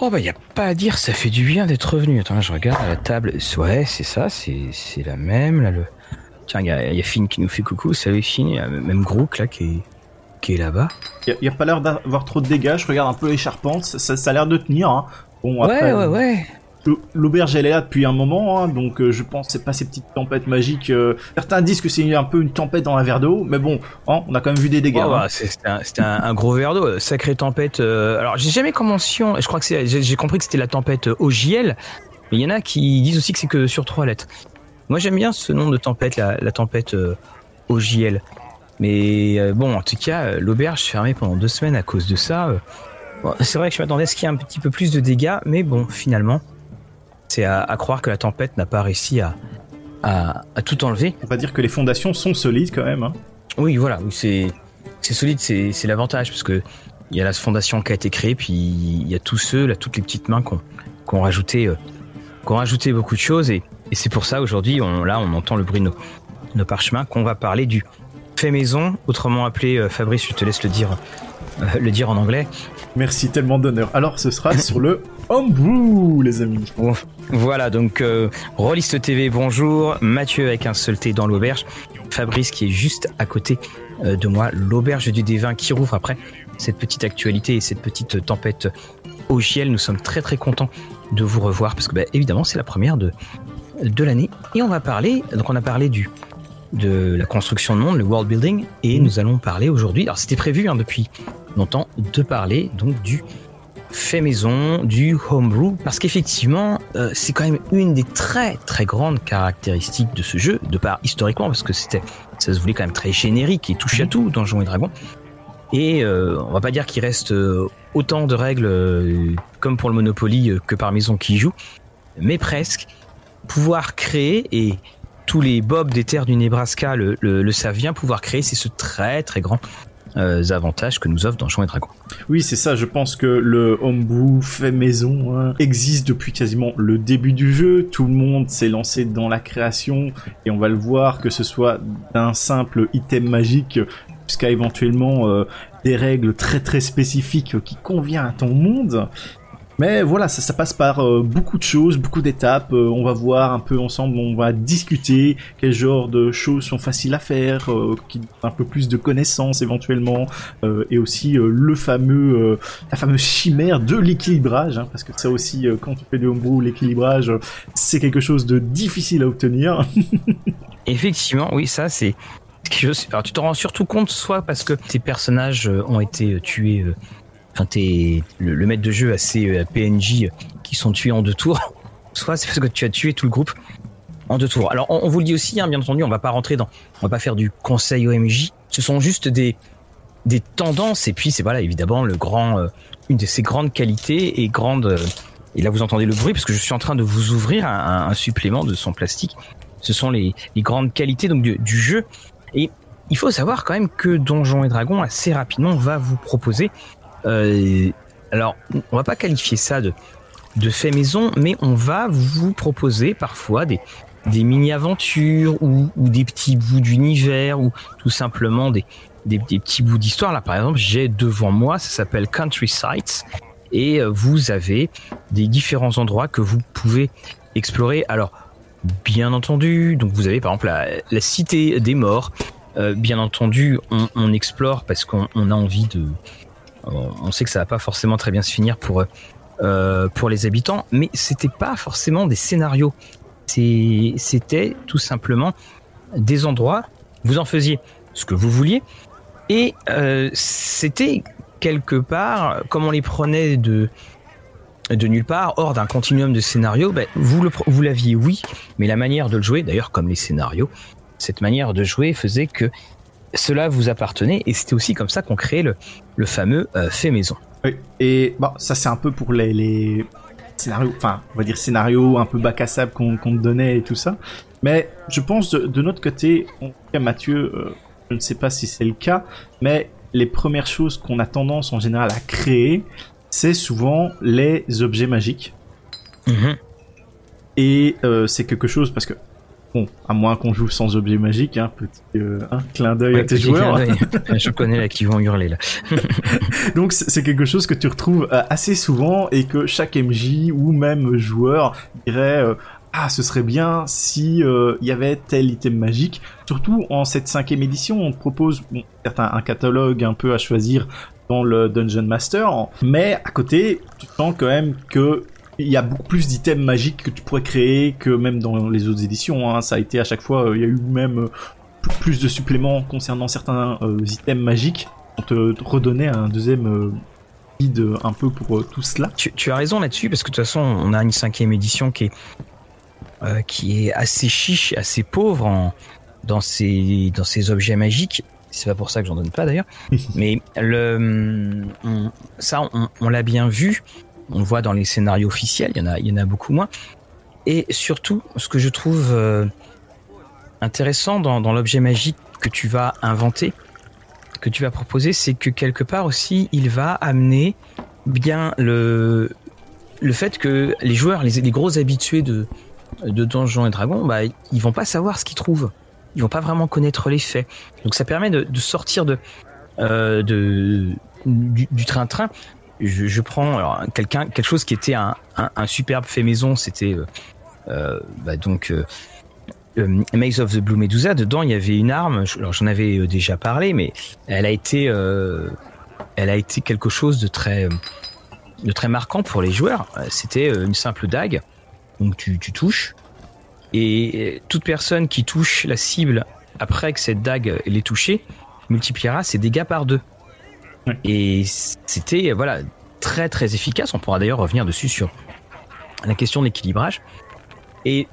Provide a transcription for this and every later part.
Oh bah y a pas à dire, ça fait du bien d'être revenu. Attends, je regarde à la table. Ouais, c'est ça, c'est la même là. Tiens, y a Finn qui nous fait coucou. Salut Finn, y a même Grook là qui est là-bas. Y a pas l'air d'avoir trop de dégâts. Je regarde un peu les charpentes, ça a l'air de tenir. Hein. Bon après. Ouais. L'auberge elle est là depuis un moment, hein, donc je pense que c'est pas ces petites tempêtes magiques. Certains disent que c'est un peu une tempête dans un verre d'eau, mais bon, hein, on a quand même vu des dégâts. Oh, bah, c'était un gros verre d'eau, sacrée tempête. Alors j'ai jamais mention, je crois que j'ai compris que c'était la tempête OJL, mais il y en a qui disent aussi que c'est que sur 3 lettres. Moi j'aime bien ce nom de tempête, la tempête OJL. Mais bon, en tout cas, l'auberge fermée pendant 2 semaines à cause de ça. Bon, c'est vrai que je m'attendais à ce qu'il y ait un petit peu plus de dégâts, mais bon, finalement. C'est à croire que la tempête n'a pas réussi à tout enlever. On va dire que les fondations sont solides quand même. Hein. Oui, voilà, oui, c'est solide, c'est l'avantage parce que il y a la fondation qui a été créée, puis il y a tous ceux, là, toutes les petites mains qui ont rajouté beaucoup de choses et c'est pour ça aujourd'hui, on entend le bruit de nos parchemins qu'on va parler du fait maison, autrement appelé Fabrice, je te laisse le dire en anglais. Merci, tellement d'honneur. Alors ce sera sur le Homebrew, les amis. Bon, voilà, donc Rolliste TV, bonjour. Mathieu avec un seul T dans l'auberge. Fabrice qui est juste à côté de moi. L'auberge du Dévin qui rouvre après cette petite actualité et cette petite tempête au GL. Nous sommes très très contents de vous revoir parce que évidemment c'est la première de l'année. Et on a parlé de la construction de monde, le world building, et nous allons parler aujourd'hui, alors c'était prévu depuis longtemps, de parler donc du fait maison, du homebrew, parce qu'effectivement c'est quand même une des très très grandes caractéristiques de ce jeu, de part historiquement, parce que ça se voulait quand même très générique et touche à tout, Donjons et Dragons, et on va pas dire qu'il reste autant de règles comme pour le Monopoly que par maison qui y joue, mais presque. Pouvoir créer, et tous les Bob des terres du Nebraska le savent bien, pouvoir créer, c'est ce très très grand avantage que nous offre Donjons et Dragons. Oui, c'est ça, je pense que le homebrew fait maison existe depuis quasiment le début du jeu. Tout le monde s'est lancé dans la création et on va le voir, que ce soit d'un simple item magique jusqu'à éventuellement des règles très très spécifiques qui conviennent à ton monde. Mais voilà, ça passe par beaucoup de choses, beaucoup d'étapes. On va voir un peu ensemble, on va discuter quel genre de choses sont faciles à faire, qui donnent un peu plus de connaissances éventuellement, et aussi la fameuse chimère de l'équilibrage, hein, parce que ça aussi, quand tu fais du homebrew, l'équilibrage, c'est quelque chose de difficile à obtenir. Effectivement, oui, ça c'est quelque chose. Alors tu t'en rends surtout compte, soit parce que tes personnages ont été tués. Enfin, le maître de jeu a ses PNJ qui sont tués en 2 tours, soit c'est parce que tu as tué tout le groupe en 2 tours. Alors on vous le dit aussi, hein, bien entendu, on va pas faire du conseil OMJ. Ce sont juste des tendances, et puis c'est voilà évidemment une de ces grandes qualités et et là vous entendez le bruit parce que je suis en train de vous ouvrir un supplément de son plastique. Ce sont les grandes qualités donc du jeu, et il faut savoir quand même que Donjons et Dragons assez rapidement va vous proposer. Alors, on va pas qualifier ça de fait maison, mais on va vous proposer parfois des mini-aventures ou des petits bouts d'univers ou tout simplement des petits bouts d'histoire. Là, par exemple, j'ai devant moi, ça s'appelle Country Sites, et vous avez des différents endroits que vous pouvez explorer. Alors, bien entendu, donc vous avez par exemple la cité des morts. Bien entendu, on explore parce qu'on a envie de... On sait que ça va pas forcément très bien se finir pour les habitants, mais c'était pas forcément des scénarios. C'était tout simplement des endroits. Vous en faisiez ce que vous vouliez, et c'était quelque part, comme on les prenait de nulle part, hors d'un continuum de scénarios. Vous l'aviez, oui, mais la manière de le jouer, d'ailleurs, comme les scénarios, cette manière de jouer faisait que cela vous appartenait, et c'était aussi comme ça qu'on créait le fameux fait maison. Oui, et ça c'est un peu pour les scénarios, enfin on va dire scénarios un peu bac à sable qu'on te donnait et tout ça, mais je pense de notre côté, en tout cas Mathieu, je ne sais pas si c'est le cas, mais les premières choses qu'on a tendance en général à créer, c'est souvent les objets magiques. Et c'est quelque chose, parce que Bon, à moins qu'on joue sans objet magique, petit clin d'œil à tes joueurs. Je connais là qui vont hurler là. Donc c'est quelque chose que tu retrouves assez souvent et que chaque MJ ou même joueur dirait ce serait bien si y avait tel item magique. Surtout en cette 5e édition, on te propose certes un catalogue un peu à choisir dans le Dungeon Master, mais à côté, tu sens quand même que il y a beaucoup plus d'items magiques que tu pourrais créer que même dans les autres éditions. Ça a été à chaque fois, il y a eu même plus de suppléments concernant certains items magiques. On te redonnait un deuxième guide un peu pour tout cela. Tu as raison là-dessus, parce que de toute façon, on a une 5e édition qui est assez chiche, assez pauvre dans ses objets magiques. C'est pas pour ça que j'en donne pas d'ailleurs. Mais on l'a bien vu. On le voit dans les scénarios officiels, il y en a beaucoup moins. Et surtout, ce que je trouve intéressant dans l'objet magique que tu vas inventer, que tu vas proposer, c'est que quelque part aussi, il va amener bien le fait que les joueurs, les gros habitués de Donjons et Dragons, ils vont pas savoir ce qu'ils trouvent. Ils vont pas vraiment connaître les faits. Donc ça permet de sortir du train-train. Je prends alors quelque chose qui était un superbe fait maison, c'était Maze of the Blue Medusa. Dedans il y avait une arme, alors j'en avais déjà parlé, mais elle a été quelque chose de très marquant pour les joueurs. C'était une simple dague, donc tu touches, et toute personne qui touche la cible après que cette dague l'ait touchée multipliera ses dégâts par 2. Ouais. Et c'était très très efficace. On pourra d'ailleurs revenir dessus sur la question de l'équilibrage. Et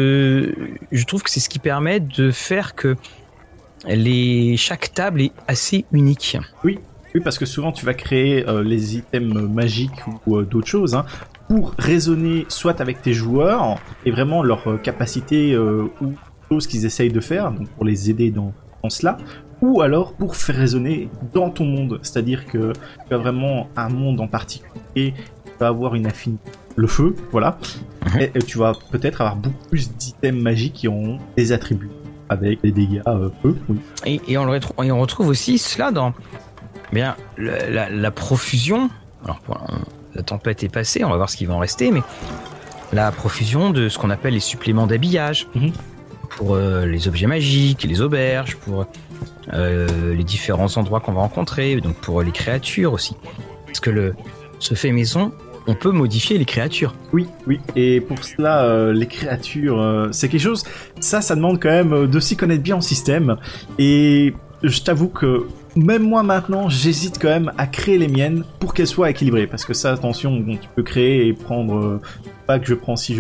je trouve que c'est ce qui permet de faire que chaque table est assez unique. Oui, parce que souvent tu vas créer les items magiques ou d'autres choses pour raisonner soit avec tes joueurs et vraiment leur capacité ou choses qu'ils essayent de faire, donc pour les aider dans cela, ou alors pour faire résonner dans ton monde. C'est-à-dire que tu as vraiment un monde en particulier, tu vas avoir une affinité, le feu, voilà, et tu vas peut-être avoir beaucoup plus d'items magiques qui ont des attributs avec des dégâts peu. Oui. Et on retrouve aussi cela dans la profusion. Alors la tempête est passée, on va voir ce qui va en rester, mais la profusion de ce qu'on appelle les suppléments d'habillage pour les objets magiques, les auberges, pour les différents endroits qu'on va rencontrer, donc pour les créatures aussi. Parce que ce fait maison, on peut modifier les créatures. Oui, et pour cela, les créatures, c'est quelque chose, ça demande quand même de s'y connaître bien en système, et je t'avoue que même moi maintenant, j'hésite quand même à créer les miennes pour qu'elles soient équilibrées, parce que ça, attention, tu peux créer et prendre pas que je prends ci,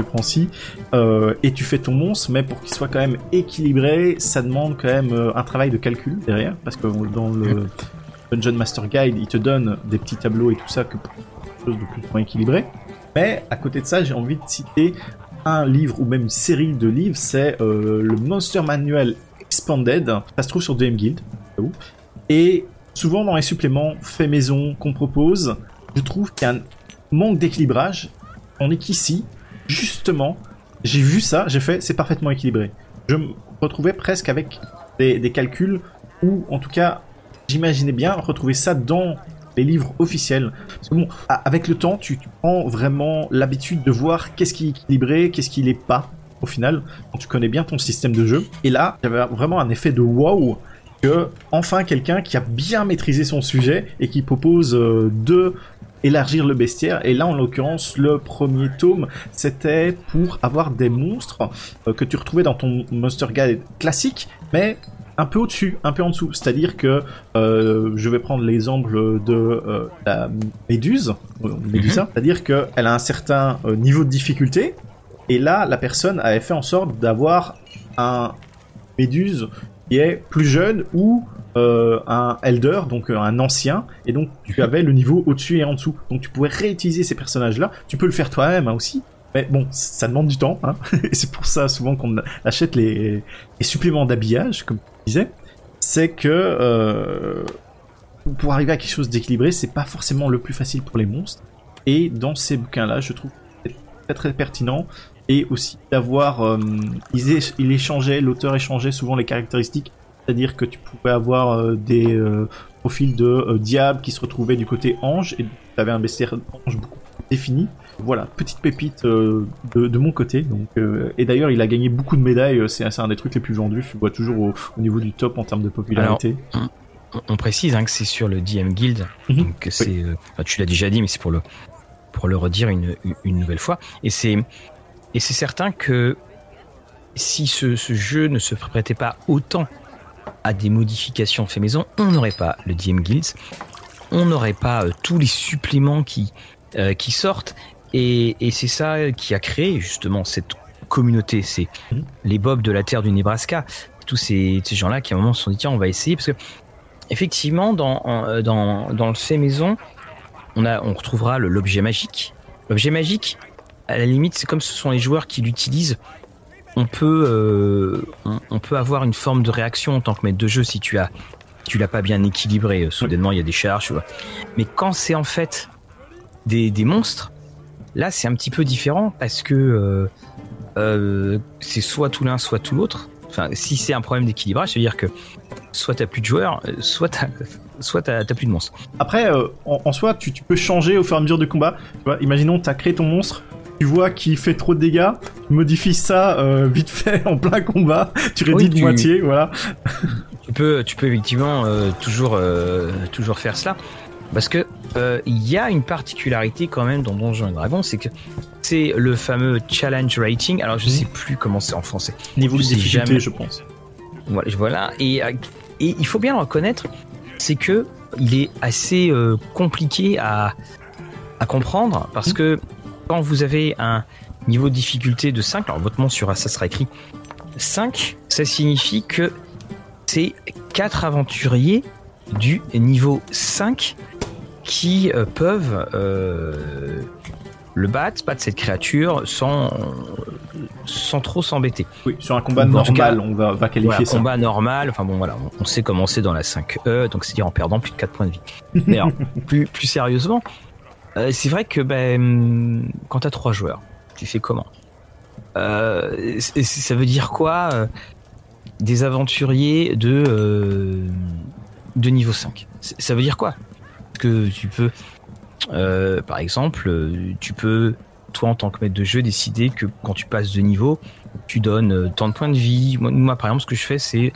et tu fais ton monstre, mais pour qu'il soit quand même équilibré, ça demande quand même un travail de calcul derrière, parce que dans le Dungeon Master Guide, il te donne des petits tableaux et tout ça que pour quelque chose de plus ou moins équilibré. Mais à côté de ça, j'ai envie de citer un livre ou même une série de livres, c'est le Monster Manual Expanded, ça se trouve sur DM Guild, et souvent dans les suppléments faits maison qu'on propose, je trouve qu'il y a un manque d'équilibrage. On est qu'ici, justement, j'ai vu ça, j'ai fait, c'est parfaitement équilibré. Je me retrouvais presque avec des calculs, ou en tout cas, j'imaginais bien retrouver ça dans les livres officiels. Parce que bon, avec le temps, tu prends vraiment l'habitude de voir qu'est-ce qui est équilibré, qu'est-ce qui l'est pas, au final, quand tu connais bien ton système de jeu. Et là, j'avais vraiment un effet de wow, que enfin quelqu'un qui a bien maîtrisé son sujet et qui propose de élargir le bestiaire. Et là, en l'occurrence, le premier tome, c'était pour avoir des monstres que tu retrouvais dans ton Monster Guide classique, mais un peu au-dessus, un peu en dessous. C'est-à-dire que je vais prendre l'exemple de la Méduse, Médusa, c'est-à-dire qu'elle a un certain niveau de difficulté, et là, la personne avait fait en sorte d'avoir un Méduse qui est plus jeune ou un elder, donc un ancien, et donc tu avais le niveau au-dessus et en dessous. Donc tu pouvais réutiliser ces personnages-là. Tu peux le faire toi-même aussi, mais bon, ça demande du temps, et c'est pour ça souvent qu'on achète les suppléments d'habillage, comme tu disais. C'est que pour arriver à quelque chose d'équilibré, c'est pas forcément le plus facile pour les monstres. Et dans ces bouquins-là, je trouve que c'est très très pertinent. et aussi d'avoir l'auteur échangeait souvent les caractéristiques, c'est-à-dire que tu pouvais avoir des profils de diable qui se retrouvaient du côté ange, et tu avais un bestiaire ange beaucoup plus défini. Voilà, petite pépite de mon côté. Donc, et d'ailleurs, il a gagné beaucoup de médailles. C'est un des trucs les plus vendus. Je vois toujours au niveau du top en termes de popularité. Alors, on précise que c'est sur le DM Guild. Donc c'est, tu l'as déjà dit, mais c'est pour le redire une nouvelle fois. Et c'est certain que si ce jeu ne se prêtait pas autant à des modifications fait maison, on n'aurait pas le DM Guilds, on n'aurait pas tous les suppléments qui sortent. Et c'est ça qui a créé justement cette communauté. C'est les Bobs de la terre du Nebraska, tous ces gens-là qui à un moment se sont dit tiens, on va essayer, parce que effectivement dans le fait maison on retrouvera l'objet magique. L'objet magique, à la limite, c'est comme ce sont les joueurs qui l'utilisent, on peut avoir une forme de réaction en tant que maître de jeu si tu l'as pas bien équilibré. Soudainement il y a des charges, tu vois. Mais quand c'est en fait des monstres, là, c'est un petit peu différent parce que c'est soit tout l'un, soit tout l'autre. Enfin, si c'est un problème d'équilibrage, ça veut dire que soit t'as plus de joueurs, soit t'as plus de monstres. Après, en soi, tu peux changer au fur et à mesure du combat. Tu vois, imaginons, t'as créé ton monstre, tu vois qu'il fait trop de dégâts, tu modifies ça vite fait en plein combat, tu réduis de moitié, voilà. Tu peux effectivement toujours faire cela. Parce que il y a une particularité quand même dans Donjons et Dragons, c'est que c'est le fameux challenge rating. Alors je sais plus comment c'est en français. Niveau de difficulté, je pense. Voilà. Et il faut bien le reconnaître, c'est que il est assez compliqué à comprendre, parce que quand vous avez un niveau de difficulté de 5, alors votre monstre ça sera écrit 5, ça signifie que c'est 4 aventuriers du niveau 5 qui peuvent le battre cette créature sans trop s'embêter. Oui, sur un combat normal, on va qualifier ça. Combat normal, enfin bon voilà, on sait comment c'est dans la 5E, donc c'est-à-dire en perdant plus de 4 points de vie. Mais alors, plus sérieusement, c'est vrai que quand t'as 3 joueurs, tu fais comment ça veut dire quoi des aventuriers de niveau 5? Ça veut dire quoi? Que tu peux par exemple tu peux, toi en tant que maître de jeu, décider que quand tu passes de niveau tu donnes tant de points de vie. Moi par exemple, ce que je fais, c'est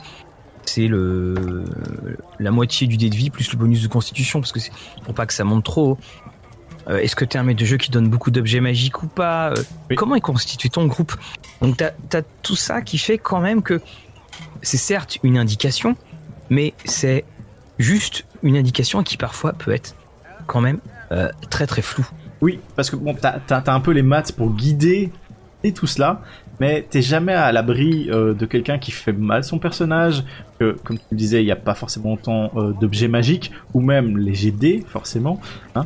la moitié du dé de vie plus le bonus de constitution, parce que c'est pour pas que ça monte trop. Est-ce que t'es un maître de jeu qui donne beaucoup d'objets magiques ou pas? Oui. Comment est constitué ton groupe? Donc t'as tout ça qui fait quand même que c'est certes une indication, mais c'est juste une indication qui parfois peut être quand même très très floue. Oui, parce que bon, t'as un peu les maths pour guider et tout cela, mais t'es jamais à l'abri de quelqu'un qui fait mal son personnage, que, comme tu le disais, il n'y a pas forcément autant d'objets magiques, ou même les GD, forcément. Hein,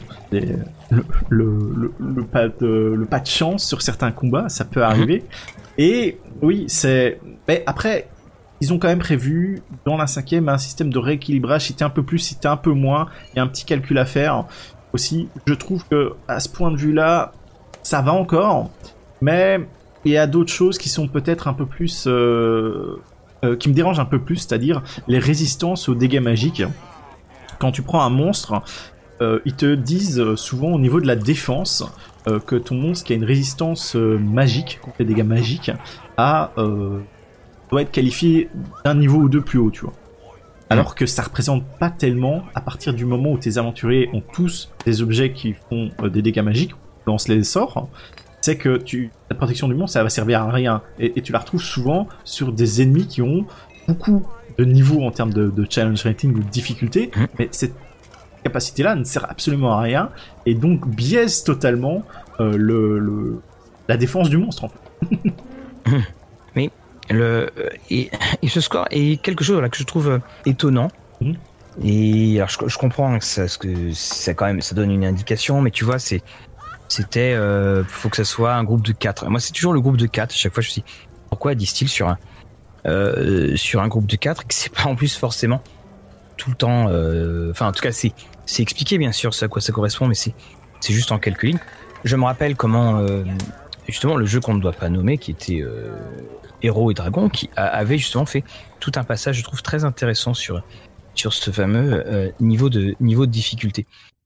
le pas de chance sur certains combats, ça peut arriver. Et oui, mais après, ils ont quand même prévu, dans la 5e, un système de rééquilibrage. Si t'es un peu plus, si t'es un peu moins, il y a un petit calcul à faire. Aussi, je trouve que à ce point de vue-là, ça va encore, mais il y a d'autres choses qui sont peut-être un peu plus... qui me dérangent un peu plus, c'est-à-dire les résistances aux dégâts magiques. Quand tu prends un monstre, ils te disent souvent au niveau de la défense que ton monstre qui a une résistance magique, contre les dégâts magiques, doit être qualifié d'un niveau ou deux plus haut, tu vois. Alors que ça représente pas tellement à partir du moment où tes aventuriers ont tous des objets qui font des dégâts magiques, lance les sorts, c'est que la protection du monstre, ça va servir à rien. Et tu la retrouves souvent sur des ennemis qui ont beaucoup de niveaux en termes de challenge rating ou de difficulté, mais cette capacité-là ne sert absolument à rien, et donc biaise totalement la défense du monstre, en fait. Mais et ce score est quelque chose que je trouve étonnant. Et alors je comprends que ça quand même, ça donne une indication, mais tu vois, c'était faut que ça soit un groupe de 4. Moi, c'est toujours le groupe de 4. À chaque fois, je me dis pourquoi disent-ils sur un groupe de 4 et que c'est pas en plus forcément tout le temps. Enfin, en tout cas, c'est expliqué bien sûr à quoi ça correspond, mais c'est juste en quelques lignes. Je me rappelle comment justement le jeu qu'on ne doit pas nommer, qui était Héros et Dragons, qui avait justement fait tout un passage, je trouve, très intéressant sur ce fameux niveau de difficulté.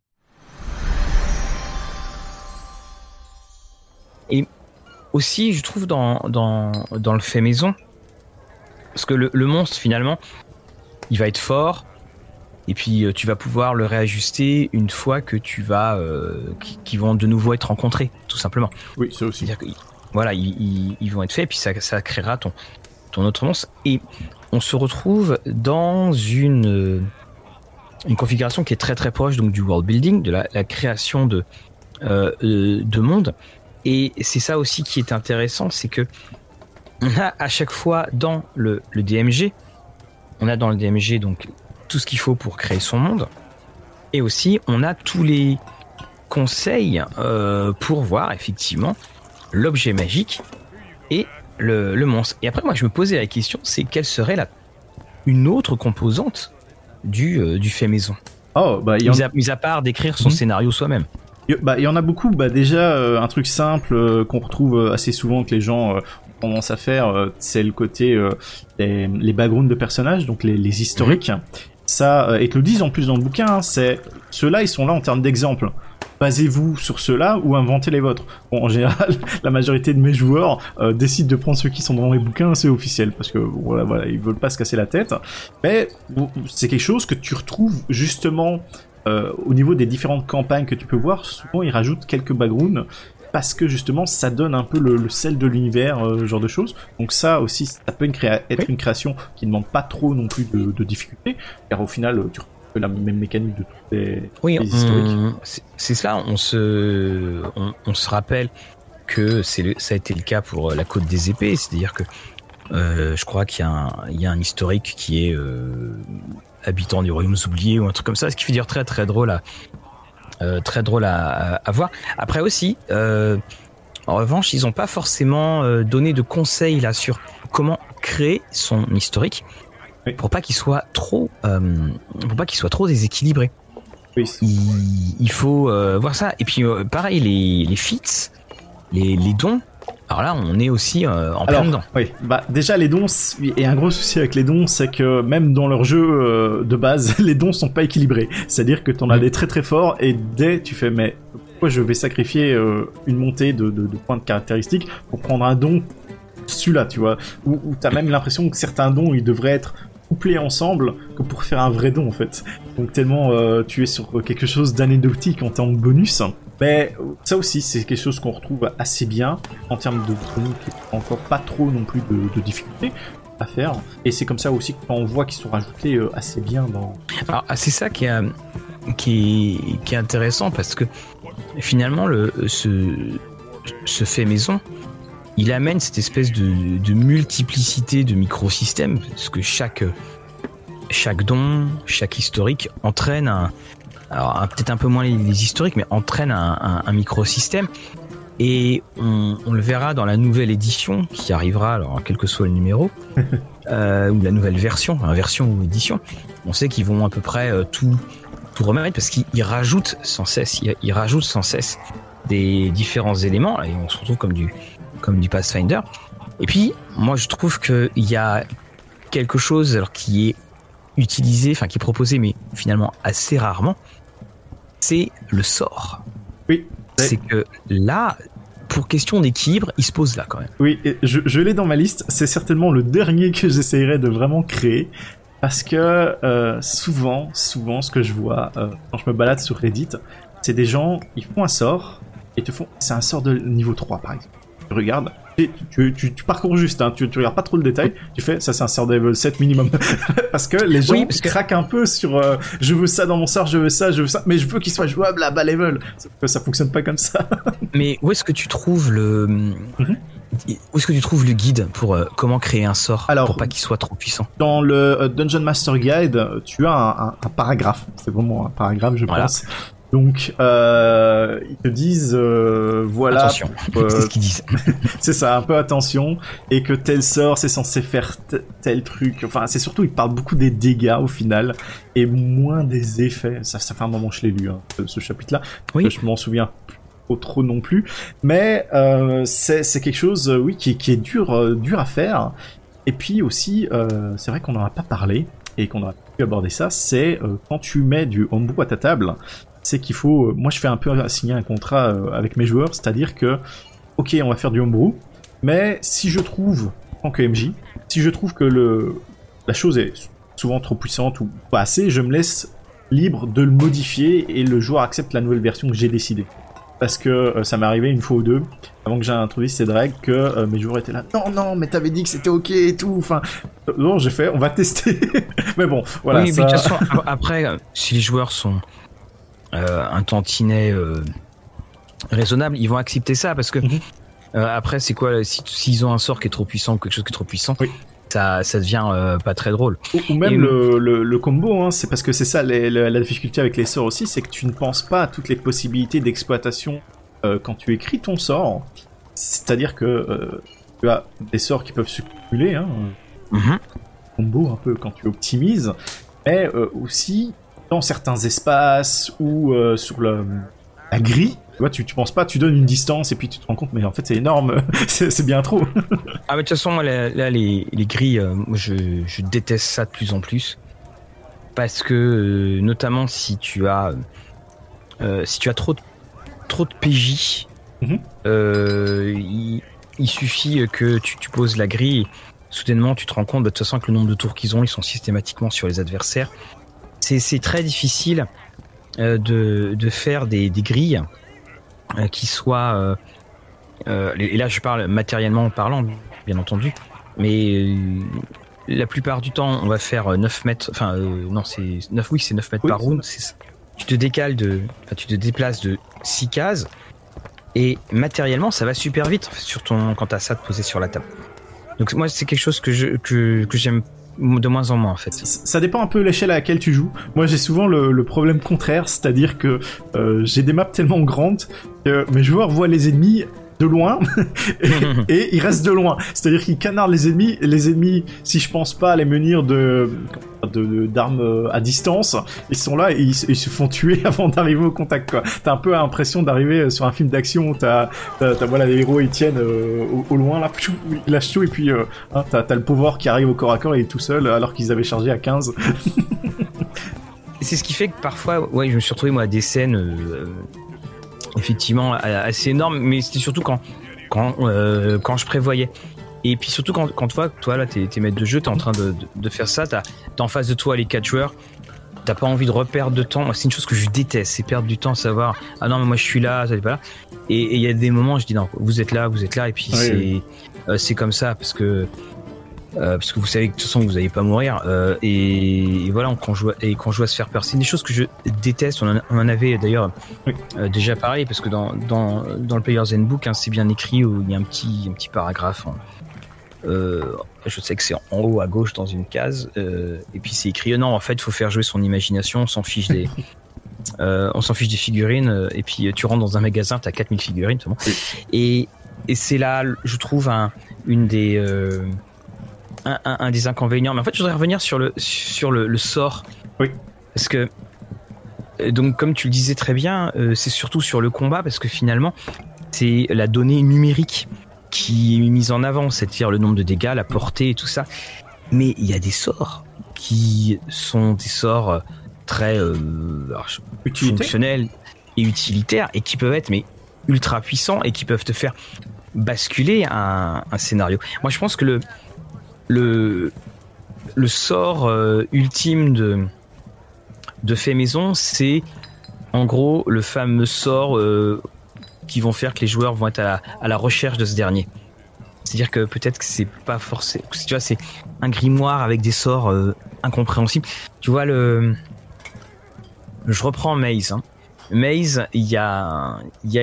Et aussi, je trouve, dans le fait maison, parce que le monstre, finalement, il va être fort, et puis tu vas pouvoir le réajuster une fois que qu'ils vont de nouveau être rencontrés, tout simplement. Oui, ça aussi. C'est-à-dire que, voilà, ils vont être faits, et puis ça créera ton autre monstre. Et on se retrouve dans une configuration qui est très très proche donc du world building, de la création de monde. Et c'est ça aussi qui est intéressant, c'est que on a à chaque fois dans le DMG, donc tout ce qu'il faut pour créer son monde, et aussi on a tous les conseils pour voir effectivement l'objet magique et le monstre. Et après moi je me posais la question, c'est quelle serait une autre composante du fait maison. Oh, bah, mis à part d'écrire son scénario soi-même. Il y en a beaucoup. Bah déjà un truc simple qu'on retrouve assez souvent que les gens ont tendance à faire, c'est le côté les backgrounds de personnages, donc les historiques. Ça, et te le disent en plus dans le bouquin, hein, c'est ceux-là, ils sont là en termes d'exemple. Basez-vous sur ceux-là ou inventez les vôtres. Bon, en général, la majorité de mes joueurs décident de prendre ceux qui sont dans les bouquins, c'est officiel, parce que voilà, ils veulent pas se casser la tête. Mais bon, c'est quelque chose que tu retrouves justement au niveau des différentes campagnes que tu peux voir. Souvent, ils rajoutent quelques backgrounds parce que justement, ça donne un peu le sel de l'univers, ce genre de choses. Donc ça aussi, ça peut être une création qui ne demande pas trop non plus de difficulté, car au final, tu retrouves la même mécanique de toutes les historiques. C'est cela, on se rappelle que ça a été le cas pour la Côte des Épées, c'est-à-dire que je crois qu'il y a un historique qui est habitant des royaumes oubliés ou un truc comme ça, ce qui fait dire très très drôle à voir. Après aussi, en revanche, ils n'ont pas forcément donné de conseils là sur comment créer son historique pour pas qu'il soit trop déséquilibré. Oui. Il faut voir ça. Et puis pareil, les feats, les dons. Alors là, on est aussi plein dedans. Oui, bah déjà les dons, et un gros souci avec les dons, c'est que même dans leur jeu de base, les dons sont pas équilibrés. C'est-à-dire que t'en as des très très forts et tu fais mais pourquoi je vais sacrifier une montée de points de caractéristiques pour prendre un don celui-là, tu vois, où t'as même l'impression que certains dons ils devraient être couplés ensemble que pour faire un vrai don en fait. Donc tellement tu es sur quelque chose d'anecdotique en termes de bonus. Mais ça aussi, c'est quelque chose qu'on retrouve assez bien en termes de bonus, qui n'est encore pas trop non plus de difficultés à faire. Et c'est comme ça aussi qu'on voit qu'ils sont rajoutés assez bien dans... Alors, c'est ça qui est intéressant, parce que finalement, ce fait maison, il amène cette espèce de multiplicité de microsystèmes, parce que chaque don, chaque historique entraîne alors peut-être un peu moins les historiques, mais entraîne un microsystème. Et on le verra dans la nouvelle édition qui arrivera, alors quel que soit le numéro, ou la nouvelle version ou édition. On sait qu'ils vont à peu près tout remettre, parce qu'ils rajoutent sans cesse, des différents éléments, et on se retrouve comme du Pathfinder. Et puis, moi je trouve qu'il y a quelque chose alors qui est utilisé, enfin qui est proposé, mais finalement assez rarement, c'est le sort. Oui. C'est que là, pour question d'équilibre, il se pose là quand même. Oui, et je l'ai dans ma liste, c'est certainement le dernier que j'essayerai de vraiment créer, parce que souvent, ce que je vois quand je me balade sur Reddit, c'est des gens, ils font un sort, et c'est un sort de niveau 3 par exemple. Tu regardes, tu parcours juste, hein, tu regardes pas trop le détail, tu fais, ça c'est un sort de level 7 minimum. Parce que les gens craquent un peu sur je veux ça dans mon sort, je veux ça, mais je veux qu'il soit jouable à bas level. Ça fonctionne pas comme ça. Mais où est-ce que tu trouves où est-ce que tu trouves le guide pour comment créer un sort pour pas qu'il soit trop puissant? Dans le Dungeon Master Guide, tu as un paragraphe, c'est vraiment un paragraphe je pense. Donc, ils te disent, voilà... Attention, c'est ce qu'ils disent. C'est ça, un peu attention, et que tel sort, c'est censé faire tel truc. Enfin, c'est surtout, ils parlent beaucoup des dégâts, au final, et moins des effets. Ça fait un moment que je l'ai lu, hein, ce chapitre-là. Oui. Je m'en souviens trop non plus, mais c'est quelque chose, oui, qui est dur à faire. Et puis aussi, c'est vrai qu'on n'en a pas parlé et qu'on aurait pu aborder ça, c'est quand tu mets du homebrew à ta table, c'est qu'il faut, moi je fais un peu signer un contrat avec mes joueurs, c'est-à-dire que, ok, on va faire du homebrew, mais si je trouve, en tant que MJ, si je trouve que la chose est souvent trop puissante ou pas assez, je me laisse libre de le modifier et le joueur accepte la nouvelle version que j'ai décidée. Parce que ça m'est arrivé une fois ou deux, avant que j'introduise cette règle, que mes joueurs étaient là, non, mais t'avais dit que c'était ok et tout, enfin, non, j'ai fait, on va tester. Mais bon, voilà. Oui, ça... mais de toute façon, après, si les joueurs sont un tantinet raisonnable, ils vont accepter ça, parce que après, c'est quoi, s'ils ont un sort qui est trop puissant ou quelque chose qui est trop puissant, oui. Ça devient pas très drôle. Ou même le combo, hein, c'est parce que c'est ça la difficulté avec les sorts aussi, c'est que tu ne penses pas à toutes les possibilités d'exploitation quand tu écris ton sort. C'est-à-dire que tu as des sorts qui peuvent se cumuler, hein, combo un peu quand tu optimises, mais aussi dans certains espaces ou sur la grille. Tu penses pas, tu donnes une distance et puis tu te rends compte, mais en fait c'est énorme, c'est bien trop. Ah mais de toute façon, moi, là les grilles, je déteste ça de plus en plus, parce que notamment si tu as trop de PJ, il suffit que tu poses la grille, et soudainement tu te rends compte de toute façon que le nombre de tours qu'ils ont, ils sont systématiquement sur les adversaires. C'est très difficile de faire des grilles qui soient et là je parle matériellement parlant bien entendu, mais la plupart du temps on va faire 9 mètres, enfin non c'est 9, oui c'est 9 mètres par round, tu te déplaces de 6 cases et matériellement ça va super vite quand t'as ça de posé sur la table. Donc moi c'est quelque chose que j'aime de moins en moins en fait. Ça dépend un peu de l'échelle à laquelle tu joues. Moi j'ai souvent le problème contraire, c'est-à-dire que j'ai des maps tellement grandes que mes joueurs voient les ennemis de loin et ils restent de loin. C'est-à-dire qu'ils canardent les ennemis, si je pense pas à les munir d'armes à distance, ils sont là et ils se font tuer avant d'arriver au contact, quoi. T'as un peu l'impression d'arriver sur un film d'action où t'as voilà, les héros ils tiennent au loin là, ils lâchent tout et puis t'as le pauvre qui arrive au corps à corps et il est tout seul alors qu'ils avaient chargé à 15. C'est ce qui fait que parfois, ouais, je me suis retrouvé moi à des scènes effectivement assez énormes, mais c'était surtout quand je prévoyais. Et puis surtout quand toi là t'es maître de jeu, t'es en train de faire ça, t'as en face de toi les 4 joueurs, t'as pas envie de reperdre de temps. Moi c'est une chose que je déteste, c'est perdre du temps, savoir ah non mais moi je suis là, ça n'est pas là. Et il y a des moments où je dis non, vous êtes là et puis oui. C'est comme ça parce que vous savez que de toute façon vous n'allez pas mourir et voilà quand je vois se faire peur, c'est des choses que je déteste. On en avait d'ailleurs déjà parlé parce que dans le Player's Handbook, c'est bien écrit où il y a un petit paragraphe. Je sais que c'est en haut à gauche dans une case et puis c'est écrit non en fait il faut faire jouer son imagination, on s'en fiche des figurines et puis tu rentres dans un magasin, t'as 4000 figurines tout le monde. Et c'est là je trouve un des inconvénients. Mais en fait je voudrais revenir sur le sort, parce que donc comme tu le disais très bien, c'est surtout sur le combat, parce que finalement c'est la donnée numérique qui est mise en avant, c'est-à-dire le nombre de dégâts, la portée et tout ça. Mais il y a des sorts qui sont des sorts très fonctionnels et utilitaires et qui peuvent être ultra puissants et qui peuvent te faire basculer un scénario. Moi je pense que le sort ultime de fait maison, c'est en gros le fameux sort qui vont faire que les joueurs vont être à la recherche de ce dernier. C'est-à-dire que peut-être que c'est pas forcément, tu vois, c'est un grimoire avec des sorts incompréhensibles. Tu vois je reprends Maze. Maze, il y a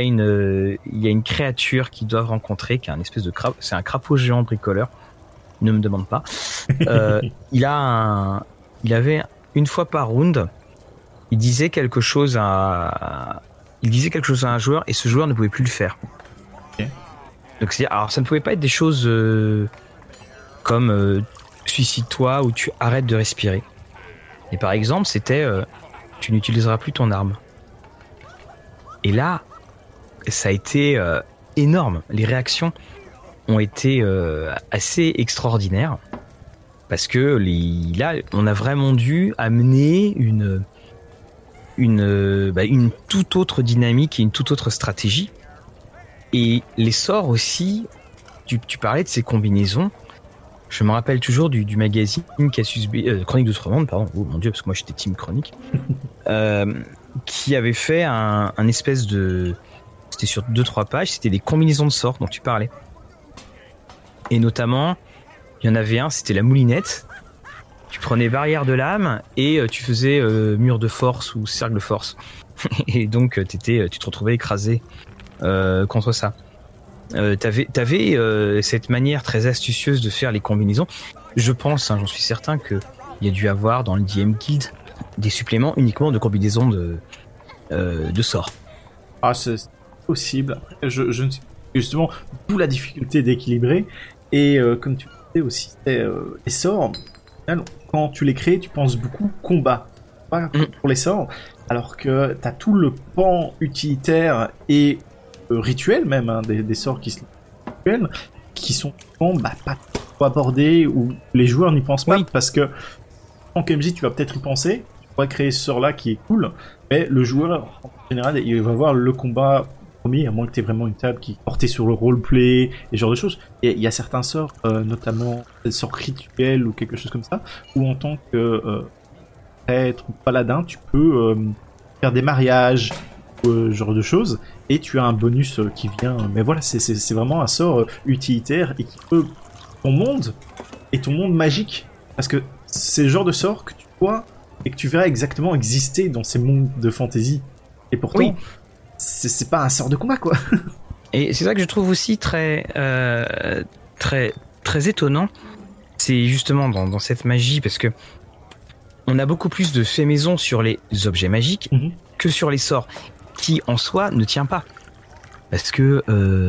une créature qu'ils doivent rencontrer, qui est un espèce de crapaud, c'est un crapaud géant bricoleur. Ne me demande pas. Il avait une fois par round, il disait quelque chose à un joueur et ce joueur ne pouvait plus le faire. Okay. Donc alors ça ne pouvait pas être des choses comme suicide-toi ou tu arrêtes de respirer. Et par exemple, c'était tu n'utiliseras plus ton arme. Et là, ça a été énorme. Les réactions ont été assez extraordinaires parce que là, on a vraiment dû amener une toute autre dynamique et une toute autre stratégie. Et les sorts aussi, tu parlais de ces combinaisons. Je me rappelle toujours du magazine Cassius Chronique d'Outre-Monde, pardon. Oh mon dieu, parce que moi j'étais team Chronique. Qui avait fait un espèce de... C'était sur 2-3 pages, c'était des combinaisons de sorts dont tu parlais. Et notamment, il y en avait un, c'était la moulinette. Tu prenais barrière de l'âme et tu faisais mur de force ou cercle de force. Et donc tu te retrouvais écrasé contre ça. T'avais cette manière très astucieuse de faire les combinaisons. Je pense, j'en suis certain, qu'il y a dû avoir dans le DM Guild des suppléments uniquement de combinaisons de sorts. Ah, c'est possible. Je ne sais justement d'où la difficulté d'équilibrer. Et comme tu disais aussi, les sorts, quand tu les crées, tu penses beaucoup combat, pas pour les sorts, alors que tu as tout le pan utilitaire et rituel même, hein, des sorts qui sont pas trop abordés, ou les joueurs n'y pensent pas, parce que en KMJ tu vas peut-être y penser, tu pourrais créer ce sort-là qui est cool, mais le joueur, en général, il va voir le combat premier, à moins que tu aies vraiment une table qui est portée sur le roleplay, et ce genre de choses. Et il y a certains sorts, notamment des sorts rituels ou quelque chose comme ça, où en tant que prêtre ou paladin, tu peux faire des mariages, ce genre de choses, et tu as un bonus qui vient. Mais voilà, c'est vraiment un sort utilitaire et qui peut ton monde et ton monde magique, parce que c'est le genre de sort que tu vois et que tu verras exactement exister dans ces mondes de fantasy. Et pourtant, c'est pas un sort de combat, quoi. Et c'est ça que je trouve aussi très étonnant. C'est justement dans cette magie, parce que on a beaucoup plus de fait maison sur les objets magiques que sur les sorts, qui en soi ne tient pas. Parce que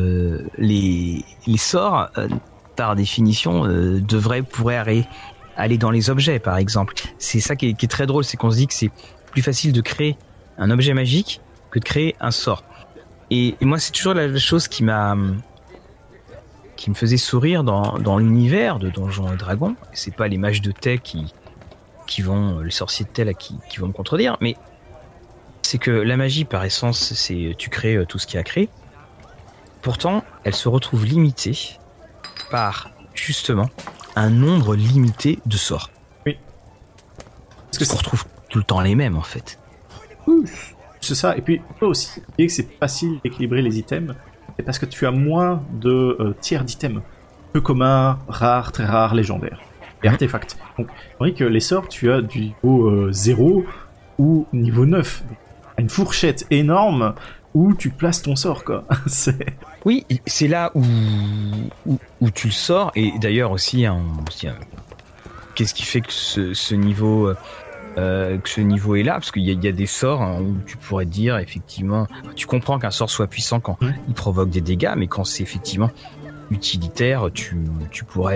les sorts, par définition, pourraient aller dans les objets, par exemple. C'est ça qui est très drôle, c'est qu'on se dit que c'est plus facile de créer un objet magique que de créer un sort. Et moi, c'est toujours la chose qui me faisait sourire dans l'univers de Donjons et Dragons. C'est pas les mages de thé qui vont, les sorciers de thé là, qui vont me contredire, mais c'est que la magie, par essence, c'est tu crées tout ce qu'il y a à créer. Pourtant, elle se retrouve limitée par, justement, un nombre limité de sorts. Oui. Parce qu'on retrouve tout le temps les mêmes, en fait. C'est ça. Et puis, on peut aussi dire que c'est facile d'équilibrer les items. C'est parce que tu as moins de tiers d'items. Peu communs, rares, très rares, légendaires. Et artefacts. Donc, on dit que les sorts, tu as du niveau 0 ou niveau 9. Donc, une fourchette énorme où tu places ton sort, quoi. Oui, c'est là où tu le sors. Et d'ailleurs aussi, qu'est-ce qui fait que ce niveau est là, parce qu'il y a des sorts où tu pourrais dire effectivement, tu comprends qu'un sort soit puissant quand il provoque des dégâts, mais quand c'est effectivement utilitaire, tu pourrais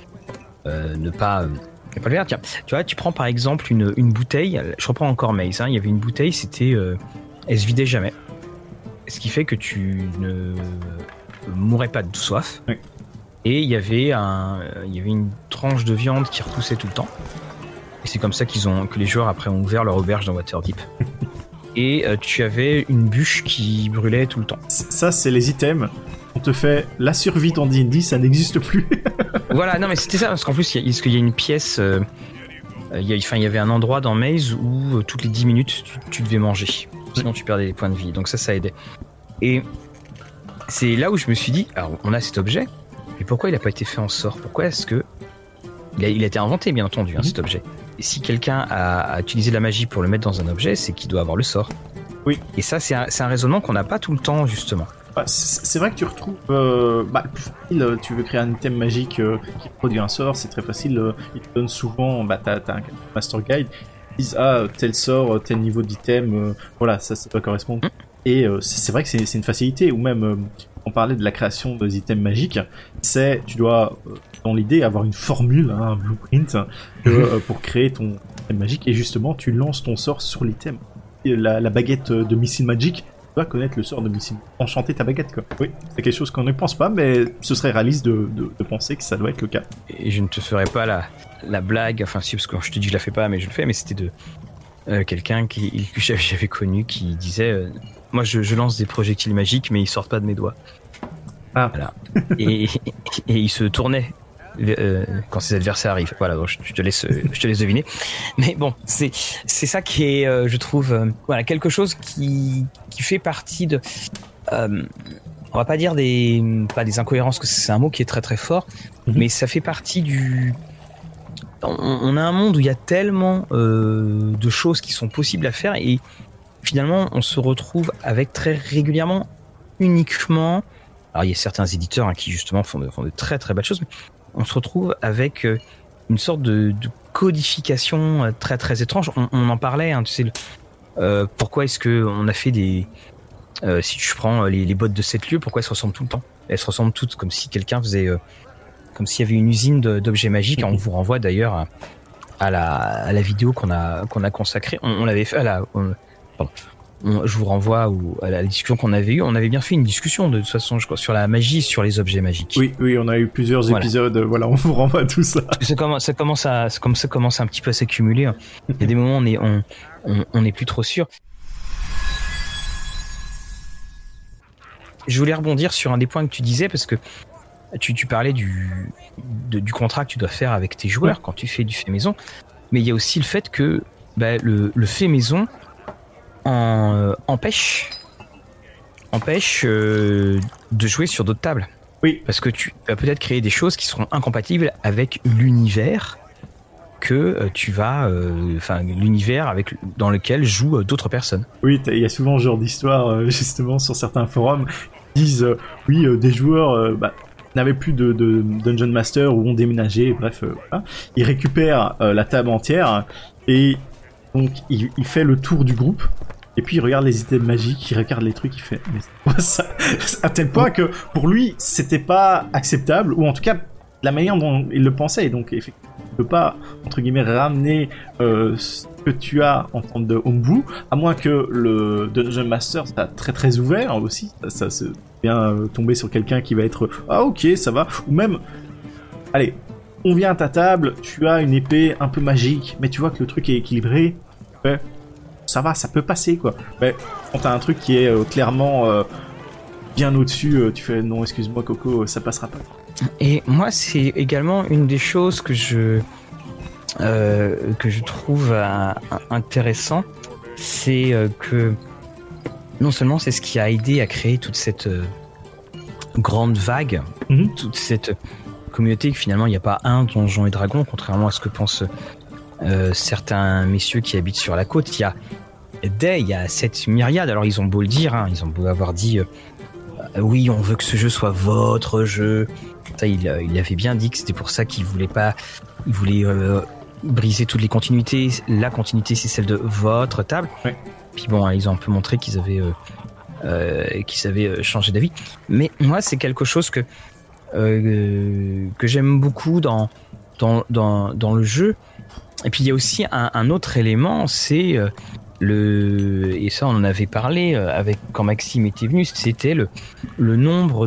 ne pas le faire. Tiens, tu vois, tu prends par exemple une bouteille, je reprends encore Maze, il y avait une bouteille, c'était elle se vidait jamais, ce qui fait que tu ne mourrais pas de soif. Oui. Et il y avait une tranche de viande qui repoussait tout le temps. Et c'est comme ça que les joueurs après ont ouvert leur auberge dans Waterdeep. Et tu avais une bûche qui brûlait tout le temps. Ça, c'est les items. On te fait la survie dans D&D, ça n'existe plus. Voilà, non mais c'était ça, parce qu'en plus, il y a une pièce... il y avait un endroit dans Maze où toutes les 10 minutes, tu devais manger. Sinon, tu perdais des points de vie. Donc ça aidait. Et c'est là où je me suis dit, alors on a cet objet, mais pourquoi il n'a pas été fait en sort ? Pourquoi est-ce que... Il a été inventé, bien entendu, cet objet. Et si quelqu'un a utilisé la magie pour le mettre dans un objet, c'est qu'il doit avoir le sort. Oui. Et ça, c'est un raisonnement qu'on n'a pas tout le temps, justement. C'est vrai que tu retrouves... plus facile, tu veux créer un item magique qui produit un sort, c'est très facile. Ils te donnent souvent... t'as un master guide. Ils disent, tel sort, tel niveau d'item, voilà, ça doit correspondre. Et c'est vrai que c'est une facilité. Ou même, on parlait de la création des items magiques. Tu dois... dans l'idée, avoir une formule, un blueprint, pour créer ton item magique, et justement, tu lances ton sort sur l'item. La baguette de Missile Magic, dois connaître le sort de Missing. Enchanter ta baguette, quoi. Oui, c'est quelque chose qu'on ne pense pas, mais ce serait réaliste de penser que ça doit être le cas. Et je ne te ferai pas la blague, enfin si, parce que je te dis je la fais pas, mais je le fais, mais c'était de quelqu'un que j'avais connu qui disait moi je lance des projectiles magiques, mais ils sortent pas de mes doigts. Ah. Voilà. et il se tournait quand ses adversaires arrivent. Voilà, donc je te laisse deviner. Mais bon, c'est ça qui est, je trouve, voilà, quelque chose qui fait partie de. On va pas dire pas des incohérences, parce que c'est un mot qui est très très fort, mais ça fait partie du. On a un monde où il y a tellement de choses qui sont possibles à faire, et finalement, on se retrouve avec très régulièrement uniquement. Alors il y a certains éditeurs qui justement font de très très belles choses, mais on se retrouve avec une sorte de codification très très étrange. On en parlait, tu sais, pourquoi est-ce que on a fait des... si tu prends les bottes de 7 lieux, pourquoi elles se ressemblent tout le temps? Elles se ressemblent toutes, comme si quelqu'un faisait... comme s'il y avait une usine d'objets magiques. On vous renvoie d'ailleurs à la vidéo qu'on a consacrée. On l'avait fait... je vous renvoie à la discussion qu'on avait eue. On avait bien fait une discussion de toute façon, je crois, sur la magie, sur les objets magiques. Oui, on a eu plusieurs épisodes. Voilà, on vous renvoie à tout ça. Ça commence un petit peu à s'accumuler. Il y a des moments où on n'est plus trop sûr. Je voulais rebondir sur un des points que tu disais, parce que tu parlais du contrat que tu dois faire avec tes joueurs quand tu fais du fait maison. Mais il y a aussi le fait que le fait maison empêche de jouer sur d'autres tables. Oui. Parce que tu vas peut-être créer des choses qui seront incompatibles avec l'univers que tu vas... l'univers dans lequel jouent d'autres personnes. Oui, il y a souvent ce genre d'histoire, justement, sur certains forums, qui disent, des joueurs... n'avaient plus de Dungeon Master ou ont déménagé, bref, voilà. Ils récupèrent la table entière, et donc il fait le tour du groupe. Et puis il regarde les items magiques, il regarde les trucs, il fait mais c'est quoi ça, à tel point que pour lui c'était pas acceptable, ou en tout cas la manière dont il le pensait. Et donc effectivement tu peux pas entre guillemets ramener ce que tu as en termes de homebrew, à moins que le Dungeon Master soit très très ouvert aussi. Ça se bien tomber sur quelqu'un qui va être ah ok ça va, ou même allez on vient à ta table, tu as une épée un peu magique, mais tu vois que le truc est équilibré, ça va, ça peut passer quoi. Mais quand t'as un truc qui est clairement bien au-dessus, tu fais non excuse-moi Coco, ça passera pas. Et moi c'est également une des choses que je trouve intéressant, c'est que non seulement c'est ce qui a aidé à créer toute cette grande vague, toute cette communauté, que finalement il n'y a pas un Donjon et Dragon, contrairement à ce que pensent certains messieurs qui habitent sur la côte. Il y a cette myriade. Alors ils ont beau le dire, ils ont beau avoir dit oui on veut que ce jeu soit votre jeu. Ça, il avait bien dit que c'était pour ça qu'il voulait briser toutes les continuités. La continuité c'est celle de votre table. Ouais. Puis bon, ils ont un peu montré qu'ils avaient changé d'avis. Mais moi c'est quelque chose que j'aime beaucoup dans le jeu. Et puis il y a aussi un autre élément, c'est et ça on en avait parlé avec quand Maxime était venu, c'était le nombre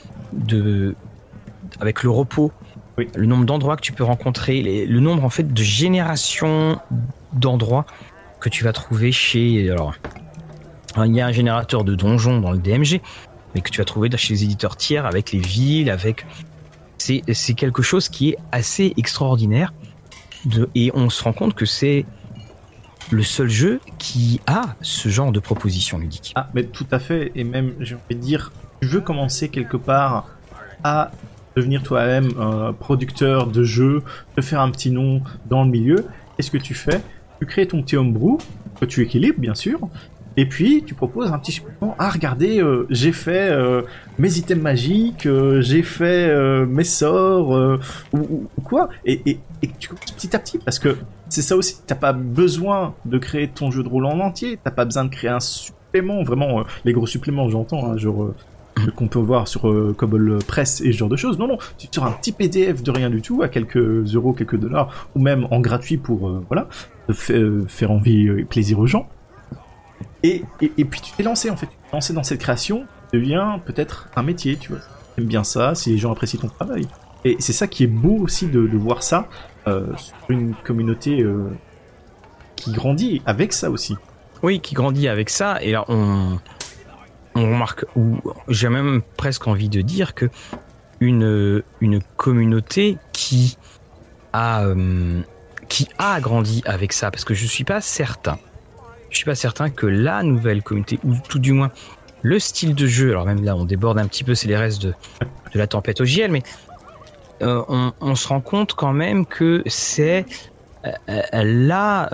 avec le repos, le nombre d'endroits que tu peux rencontrer, le nombre en fait de générations d'endroits que tu vas trouver chez... Alors il y a un générateur de donjons dans le DMG, mais que tu vas trouver chez les éditeurs tiers, avec les villes, c'est quelque chose qui est assez extraordinaire. Et on se rend compte que c'est le seul jeu qui a ce genre de proposition ludique. Ah, mais tout à fait, et même, j'ai envie de dire, tu veux commencer quelque part à devenir toi-même producteur de jeux, te faire un petit nom dans le milieu, qu'est-ce que tu fais? Tu crées ton petit homebrew, que tu équilibres, bien sûr, et puis tu proposes un petit supplément. Ah, regardez, j'ai fait mes items magiques, j'ai fait mes sorts, ou quoi, et tu commences petit à petit, parce que c'est ça aussi, t'as pas besoin de créer ton jeu de rôle en entier, t'as pas besoin de créer un supplément, vraiment, les gros suppléments, j'entends, genre qu'on peut voir sur Cobble Press et ce genre de choses. Non, tu sors un petit PDF de rien du tout, à quelques euros, quelques dollars, ou même en gratuit pour, faire envie et plaisir aux gens. Et puis tu t'es lancé en fait. lancer dans cette création devient peut-être un métier, tu vois. T'aimes bien ça, si les gens apprécient ton travail. Et c'est ça qui est beau aussi de voir ça sur une communauté qui grandit avec ça aussi. Oui, qui grandit avec ça. Et là, on remarque, ou j'ai même presque envie de dire que une communauté qui a grandi avec ça, parce que je suis pas certain que la nouvelle communauté, ou tout du moins le style de jeu, alors même là on déborde un petit peu, c'est les restes de la tempête au JL, mais on se rend compte quand même que c'est la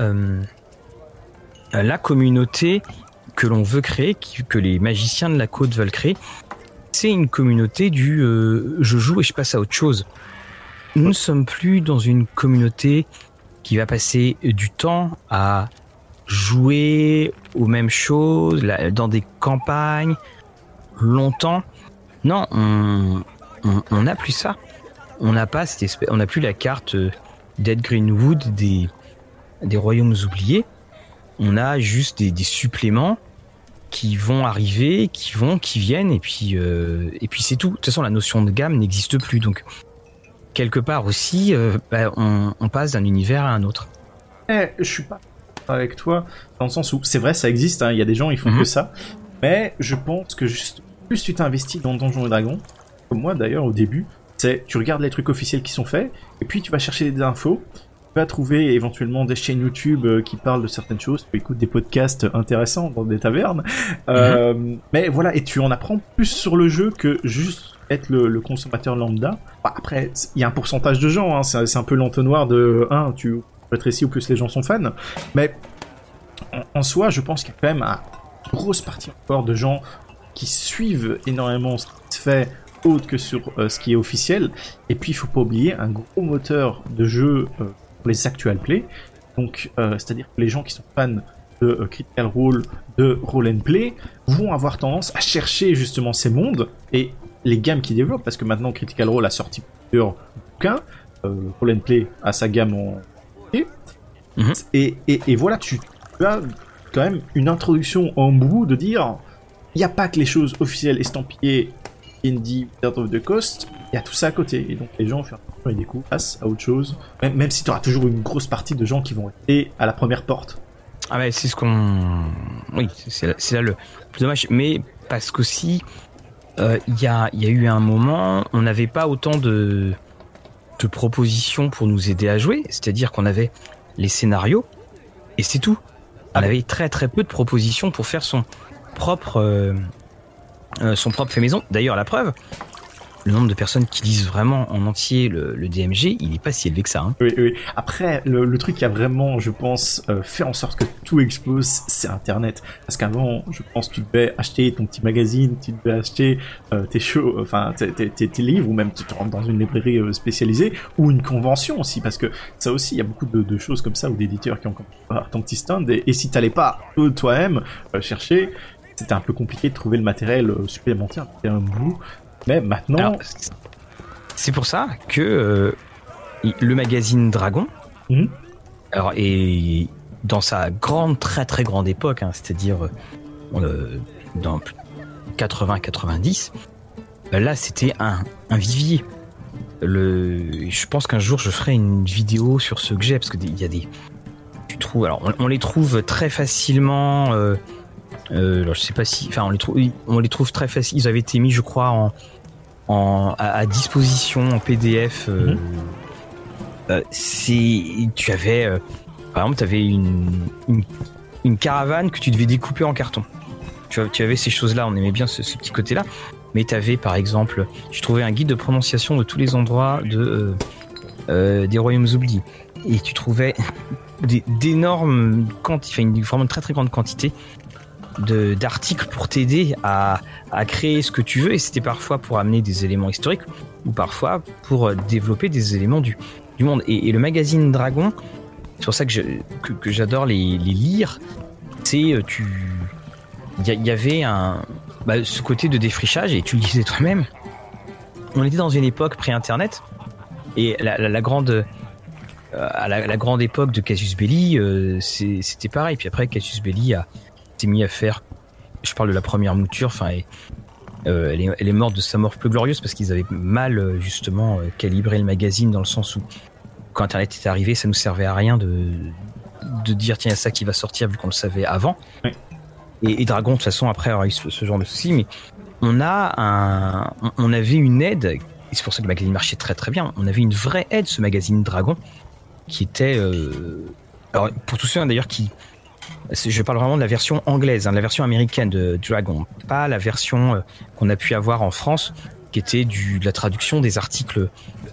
communauté que l'on veut créer, que les magiciens de la côte veulent créer. C'est une communauté du je joue et je passe à autre chose. Nous ne sommes plus dans une communauté qui va passer du temps à jouer aux mêmes choses, dans des campagnes, longtemps. Non, on n'a plus ça. On n'a pas on n'a plus la carte d'Ed Greenwood des Royaumes oubliés. On a juste des suppléments qui vont arriver, qui viennent, et puis c'est tout. De toute façon, la notion de gamme n'existe plus. Donc, quelque part aussi, on passe d'un univers à un autre. Je suis pas avec toi, dans le sens où, c'est vrai, ça existe, hein, il y a des gens, ils font que ça, mais je pense que juste plus tu t'investis dans Donjons et Dragons, comme moi d'ailleurs au début, tu regardes les trucs officiels qui sont faits, et puis tu vas chercher des infos, tu vas trouver éventuellement des chaînes YouTube qui parlent de certaines choses, tu écoutes des podcasts intéressants dans des tavernes, mais voilà, et tu en apprends plus sur le jeu que juste être le consommateur lambda. Bah, après, il y a un pourcentage de gens, hein, c'est un peu l'entonnoir de tu rétrécis ou plus les gens sont fans, mais en soi, je pense qu'il y a quand même une grosse partie encore de gens qui suivent énormément ce qui se fait autre que sur ce qui est officiel, et puis il faut pas oublier un gros moteur de jeu pour les actual play, donc c'est-à-dire que les gens qui sont fans de Critical Role, de Roll and Play, vont avoir tendance à chercher justement ces mondes, et les gammes qui développent, parce que maintenant Critical Role a sorti plusieurs bouquins, Roll and Play a sa gamme en et voilà, tu as quand même une introduction en bout de dire il n'y a pas que les choses officielles estampillées Indie, Wizard of the Coast, il y a tout ça à côté, et donc les gens ils découvrent, passent à autre chose, même si tu auras toujours une grosse partie de gens qui vont rester à la première porte. Ah mais c'est ce qu'on... Oui, c'est là le plus dommage, mais parce qu'aussi il y a eu un moment, on n'avait pas autant de propositions pour nous aider à jouer, c'est-à-dire qu'on avait les scénarios, et c'est tout. On avait très très peu de propositions pour faire son propre fait maison. D'ailleurs, la preuve, le nombre de personnes qui lisent vraiment en entier le DMG, il n'est pas si élevé que ça. Hein. Oui. Après, le truc qui a vraiment, je pense, fait en sorte que tout explose, c'est Internet. Parce qu'avant, je pense, tu devais acheter ton petit magazine, tu devais acheter tes livres, ou même tu te rentres dans une librairie spécialisée, ou une convention aussi, parce que ça aussi, il y a beaucoup de choses comme ça, ou d'éditeurs qui ont ton petit stand, et si t'allais pas toi-même chercher, c'était un peu compliqué de trouver le matériel supplémentaire, c'était un bout. Mais maintenant... Alors, c'est pour ça que le magazine Dragon, alors, est dans sa très très grande époque, hein, c'est-à-dire dans 80-90, là c'était un vivier. Je pense qu'un jour je ferai une vidéo sur ce que j'ai, parce que il y a des... Tu trouves, alors on les trouve très facilement... alors je sais pas si, enfin on les trouve très facile. Ils avaient été mis, je crois, à disposition en PDF. Tu avais, par exemple, t'avais une caravane que tu devais découper en carton. Tu avais ces choses-là. On aimait bien ce petit côté-là. Mais t'avais, par exemple, je trouvais un guide de prononciation de tous les endroits des Royaumes oubliés. Et tu trouvais d'énormes quantités, vraiment une très très grande quantité d'articles pour t'aider à créer ce que tu veux, et c'était parfois pour amener des éléments historiques ou parfois pour développer des éléments du monde. Et le magazine Dragon, c'est pour ça que j'adore les lire. C'est il y avait ce côté de défrichage, et tu le disais toi-même, on était dans une époque pré-internet, et la grande à la grande époque de Casus Belli, c'était pareil. Puis après, Casus Belli s'est mis à faire je parle de la première mouture, enfin, elle est morte de sa mort plus glorieuse parce qu'ils avaient mal justement calibré le magazine, dans le sens où quand Internet est arrivé, ça nous servait à rien de dire tiens, il y a ça qui va sortir vu qu'on le savait avant. Ouais. Et Dragon de toute façon après avoir eu ce genre de soucis, mais on avait une aide, et c'est pour ça que le magazine marchait très très bien. On avait une vraie aide, ce magazine Dragon, qui était alors pour tous ceux d'ailleurs je parle vraiment de la version anglaise, de la version américaine de Dragon, pas la version qu'on a pu avoir en France, qui était de la traduction des articles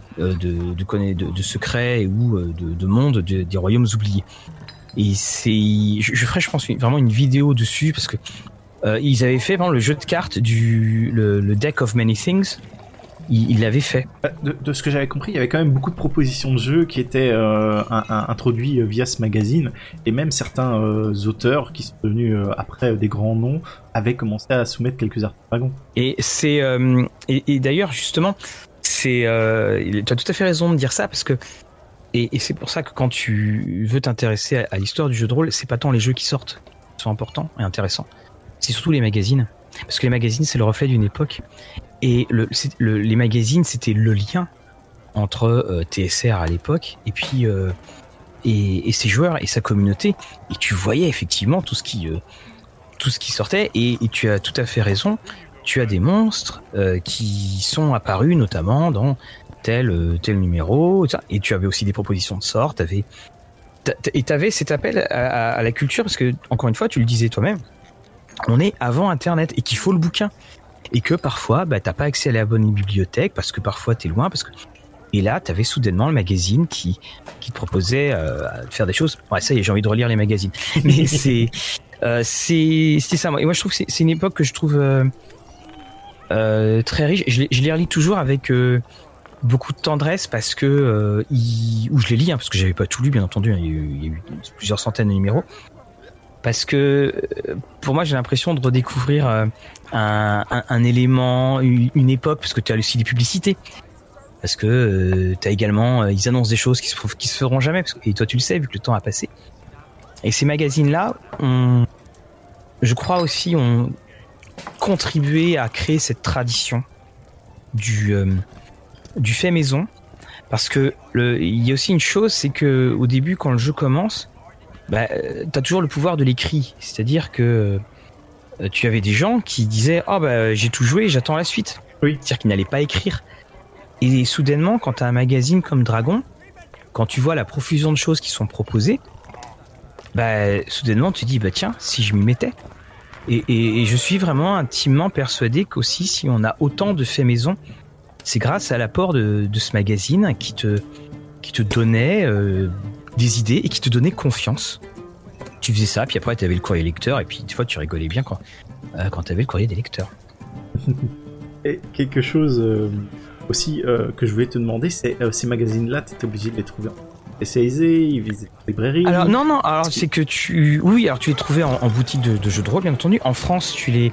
de secrets ou de monde des royaumes oubliés. Et je ferai, je pense, vraiment une vidéo dessus, parce que ils avaient fait le jeu de cartes le Deck of Many Things. Il l'avait fait. De ce que j'avais compris, il y avait quand même beaucoup de propositions de jeux qui étaient introduits via ce magazine, et même certains auteurs qui sont devenus après des grands noms avaient commencé à soumettre quelques articles dragons. Et c'est et d'ailleurs justement, tu as tout à fait raison de dire ça, parce que et c'est pour ça que quand tu veux t'intéresser à l'histoire du jeu de rôle, c'est pas tant les jeux qui sortent qui sont importants et intéressants, c'est surtout les magazines, parce que les magazines c'est le reflet d'une époque. Et les magazines, c'était le lien entre TSR à l'époque et puis et ses joueurs et sa communauté. Et tu voyais effectivement tout ce qui sortait. Et tu as tout à fait raison. Tu as des monstres qui sont apparus notamment dans tel numéro. Et tu avais aussi des propositions de sorts. T'avais cet appel à la culture, parce que encore une fois, tu le disais toi-même, on est avant Internet et qu'il faut le bouquin. Et que parfois, t'as pas accès à la bonne bibliothèque, parce que parfois t'es loin, et là, t'avais soudainement le magazine qui te proposait de faire des choses. Ouais, ça y est, j'ai envie de relire les magazines. Mais c'était ça. Et moi, je trouve que c'est une époque que je trouve très riche. Je les relis toujours avec beaucoup de tendresse, parce que ou je les lis, parce que j'avais pas tout lu, bien entendu. Il y a eu plusieurs centaines de numéros. Parce que pour moi, j'ai l'impression de redécouvrir un élément, une époque, parce que tu as aussi les publicités, parce que tu as également, ils annoncent des choses qui se feront jamais, et toi tu le sais vu que le temps a passé. Et ces magazines-là, je crois aussi, ont contribué à créer cette tradition du fait maison, parce que il y a aussi une chose, c'est que au début, quand le jeu commence, t'as toujours le pouvoir de l'écrit, c'est-à-dire que tu avais des gens qui disaient j'ai tout joué, j'attends la suite. Oui. C'est-à-dire qu'ils n'allaient pas écrire. Et soudainement, quand t'as un magazine comme Dragon, quand tu vois la profusion de choses qui sont proposées, soudainement tu dis tiens, si je m'y mettais. Et je suis vraiment intimement persuadé qu'aussi, si on a autant de faits maison, c'est grâce à l'apport de ce magazine qui te donnait des idées et qui te donnait confiance. Tu faisais ça, puis après tu avais le courrier lecteur, et puis des fois tu rigolais bien quand tu avais le courrier des lecteurs. Et quelque chose aussi que je voulais te demander, c'est ces magazines-là, tu étais obligé de les trouver spécialisés, ils visaient les librairies? Alors non, alors c'est que tu les trouvais en boutique de jeux de rôle, bien entendu. En France, tu les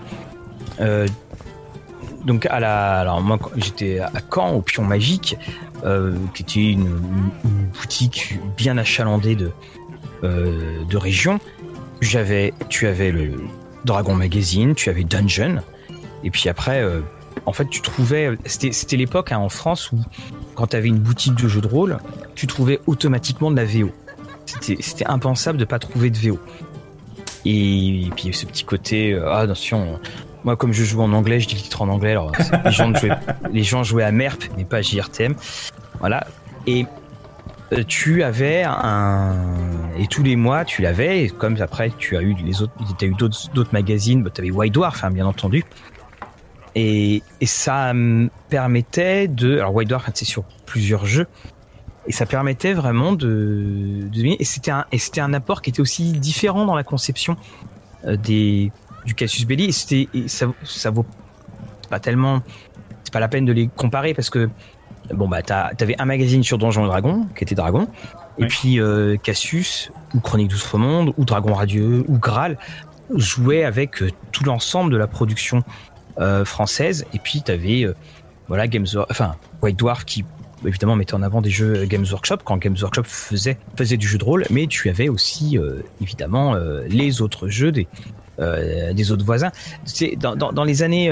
donc alors moi j'étais à Caen, au Pion Magique, qui était une boutique bien achalandée de région. Tu avais le Dragon Magazine, tu avais Dungeon, et puis après en fait tu trouvais, c'était l'époque en France où quand tu avais une boutique de jeux de rôle, tu trouvais automatiquement de la VO. C'était impensable de pas trouver de VO. Et puis ce petit côté attention, moi comme je joue en anglais, je dis le titre en anglais, alors les gens jouaient à MERP mais pas à JRTM. Voilà. Et tu avais et tous les mois tu l'avais, et comme après tu as eu d'autres magazines, tu avais White Dwarf, bien entendu, et ça permettait alors White Dwarf c'est sur plusieurs jeux, et ça permettait vraiment et c'était un apport qui était aussi différent dans la conception du Casus Belli, et ça vaut pas tellement, c'est pas la peine de les comparer, parce que t'avais un magazine sur Donjons et Dragons qui était Dragon, et puis Casus ou Chronique d'Outre-Monde ou Dragon Radieux ou Graal jouaient avec tout l'ensemble de la production française. Et puis t'avais White Dwarf qui évidemment mettait en avant des jeux Games Workshop quand Games Workshop faisait du jeu de rôle, mais tu avais aussi évidemment les autres jeux des autres voisins. C'est dans les années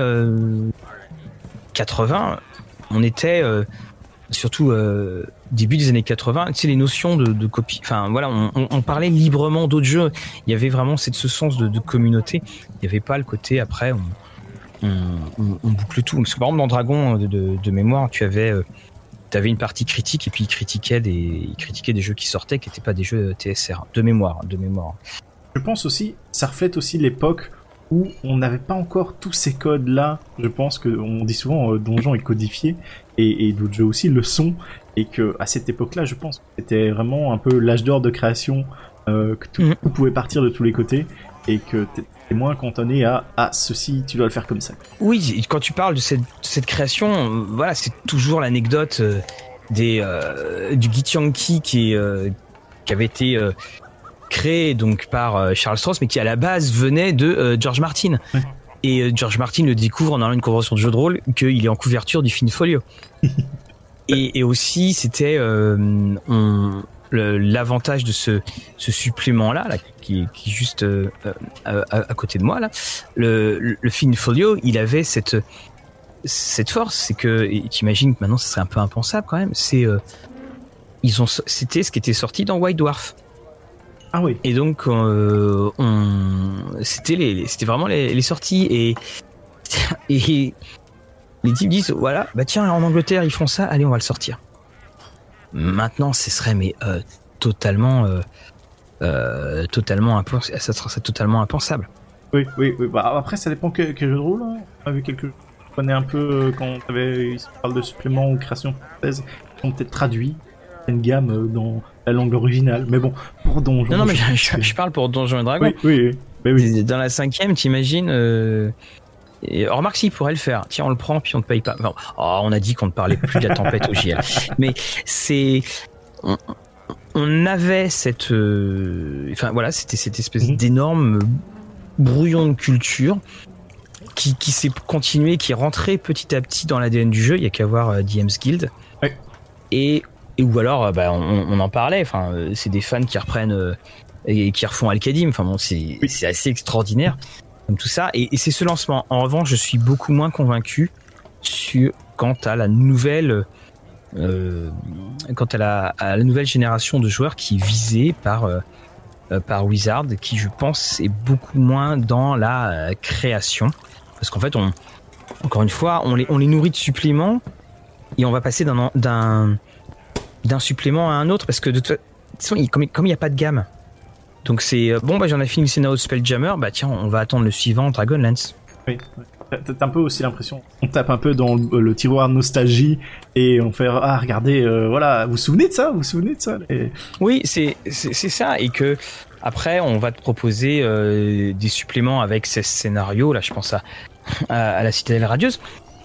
80, on était surtout début des années 80, tu sais, les notions de copie. Enfin voilà, on parlait librement d'autres jeux. Il y avait vraiment ce sens de communauté. Il n'y avait pas le côté après on boucle tout. Parce que par exemple dans Dragon de mémoire, tu avais une partie critique et puis ils critiquaient des jeux qui sortaient qui n'étaient pas des jeux TSR de mémoire. Je pense aussi, ça reflète aussi l'époque où on n'avait pas encore tous ces codes-là. Je pense que on dit souvent Donjon est codifié et d'autres jeux aussi le sont, et que à cette époque-là, je pense que c'était vraiment un peu l'âge d'or de création, que tout pouvait partir de tous les côtés et que t'es moins cantonné à ceci, tu dois le faire comme ça. Oui, quand tu parles de cette création, voilà, c'est toujours l'anecdote du Githyanki qui avait été créé donc par Charles Stross, mais qui à la base venait de George Martin. Ouais. Et George Martin le découvre en allant à une convention de jeu de rôle qu'il est en couverture du Fin Folio. et aussi, c'était l'avantage de ce supplément-là, qui est juste à côté de moi, là. Le Fin Folio, il avait cette force, c'est que, et t'imagines que maintenant, ce serait un peu impensable quand même, c'était ce qui était sorti dans White Dwarf. Ah oui. Et donc c'était vraiment les sorties et les types disent voilà, bah tiens, en Angleterre ils font ça, allez on va le sortir. Maintenant ce serait totalement impensable, ça serait totalement impensable. Oui. Bah après ça dépend quel jeu de rôle. Hein. On a vu quelques jeux. Je connais un peu quand il se parle de suppléments ou création française, ils ont peut-être traduit une gamme dans la langue originale, mais bon, pour Donjon... Non, mais je parle pour Donjons et Dragons. Oui. Dans la 5e, t'imagines... remarque s'il pourrait le faire. Tiens, on le prend, puis on ne paye pas. Enfin, on a dit qu'on ne parlait plus de la tempête au JL. Mais c'est... On avait cette... Enfin, voilà, c'était cette espèce d'énorme brouillon de culture qui s'est continué, qui est rentré petit à petit dans l'ADN du jeu. Il n'y a qu'à voir DM's Guild. Oui. Et ou alors on en parlait, enfin c'est des fans qui reprennent et qui refont Al-Qadim, enfin bon c'est assez extraordinaire comme tout ça, et c'est ce lancement. En revanche, je suis beaucoup moins convaincu quant à la nouvelle génération de joueurs qui est visée par Wizard, qui je pense est beaucoup moins dans la création, parce qu'en fait encore une fois on les nourrit de suppléments et on va passer d'un supplément à un autre, parce que de toute façon, comme il n'y a pas de gamme, donc c'est j'en ai fini le scénario de Spelljammer, tiens, on va attendre le suivant, Dragonlance. Oui, t'as un peu aussi l'impression, on tape un peu dans le tiroir de nostalgie et on fait regardez, voilà, vous vous souvenez de ça et... Oui, c'est ça, et que après on va te proposer des suppléments avec ces scénarios là, je pense à la Citadelle Radieuse,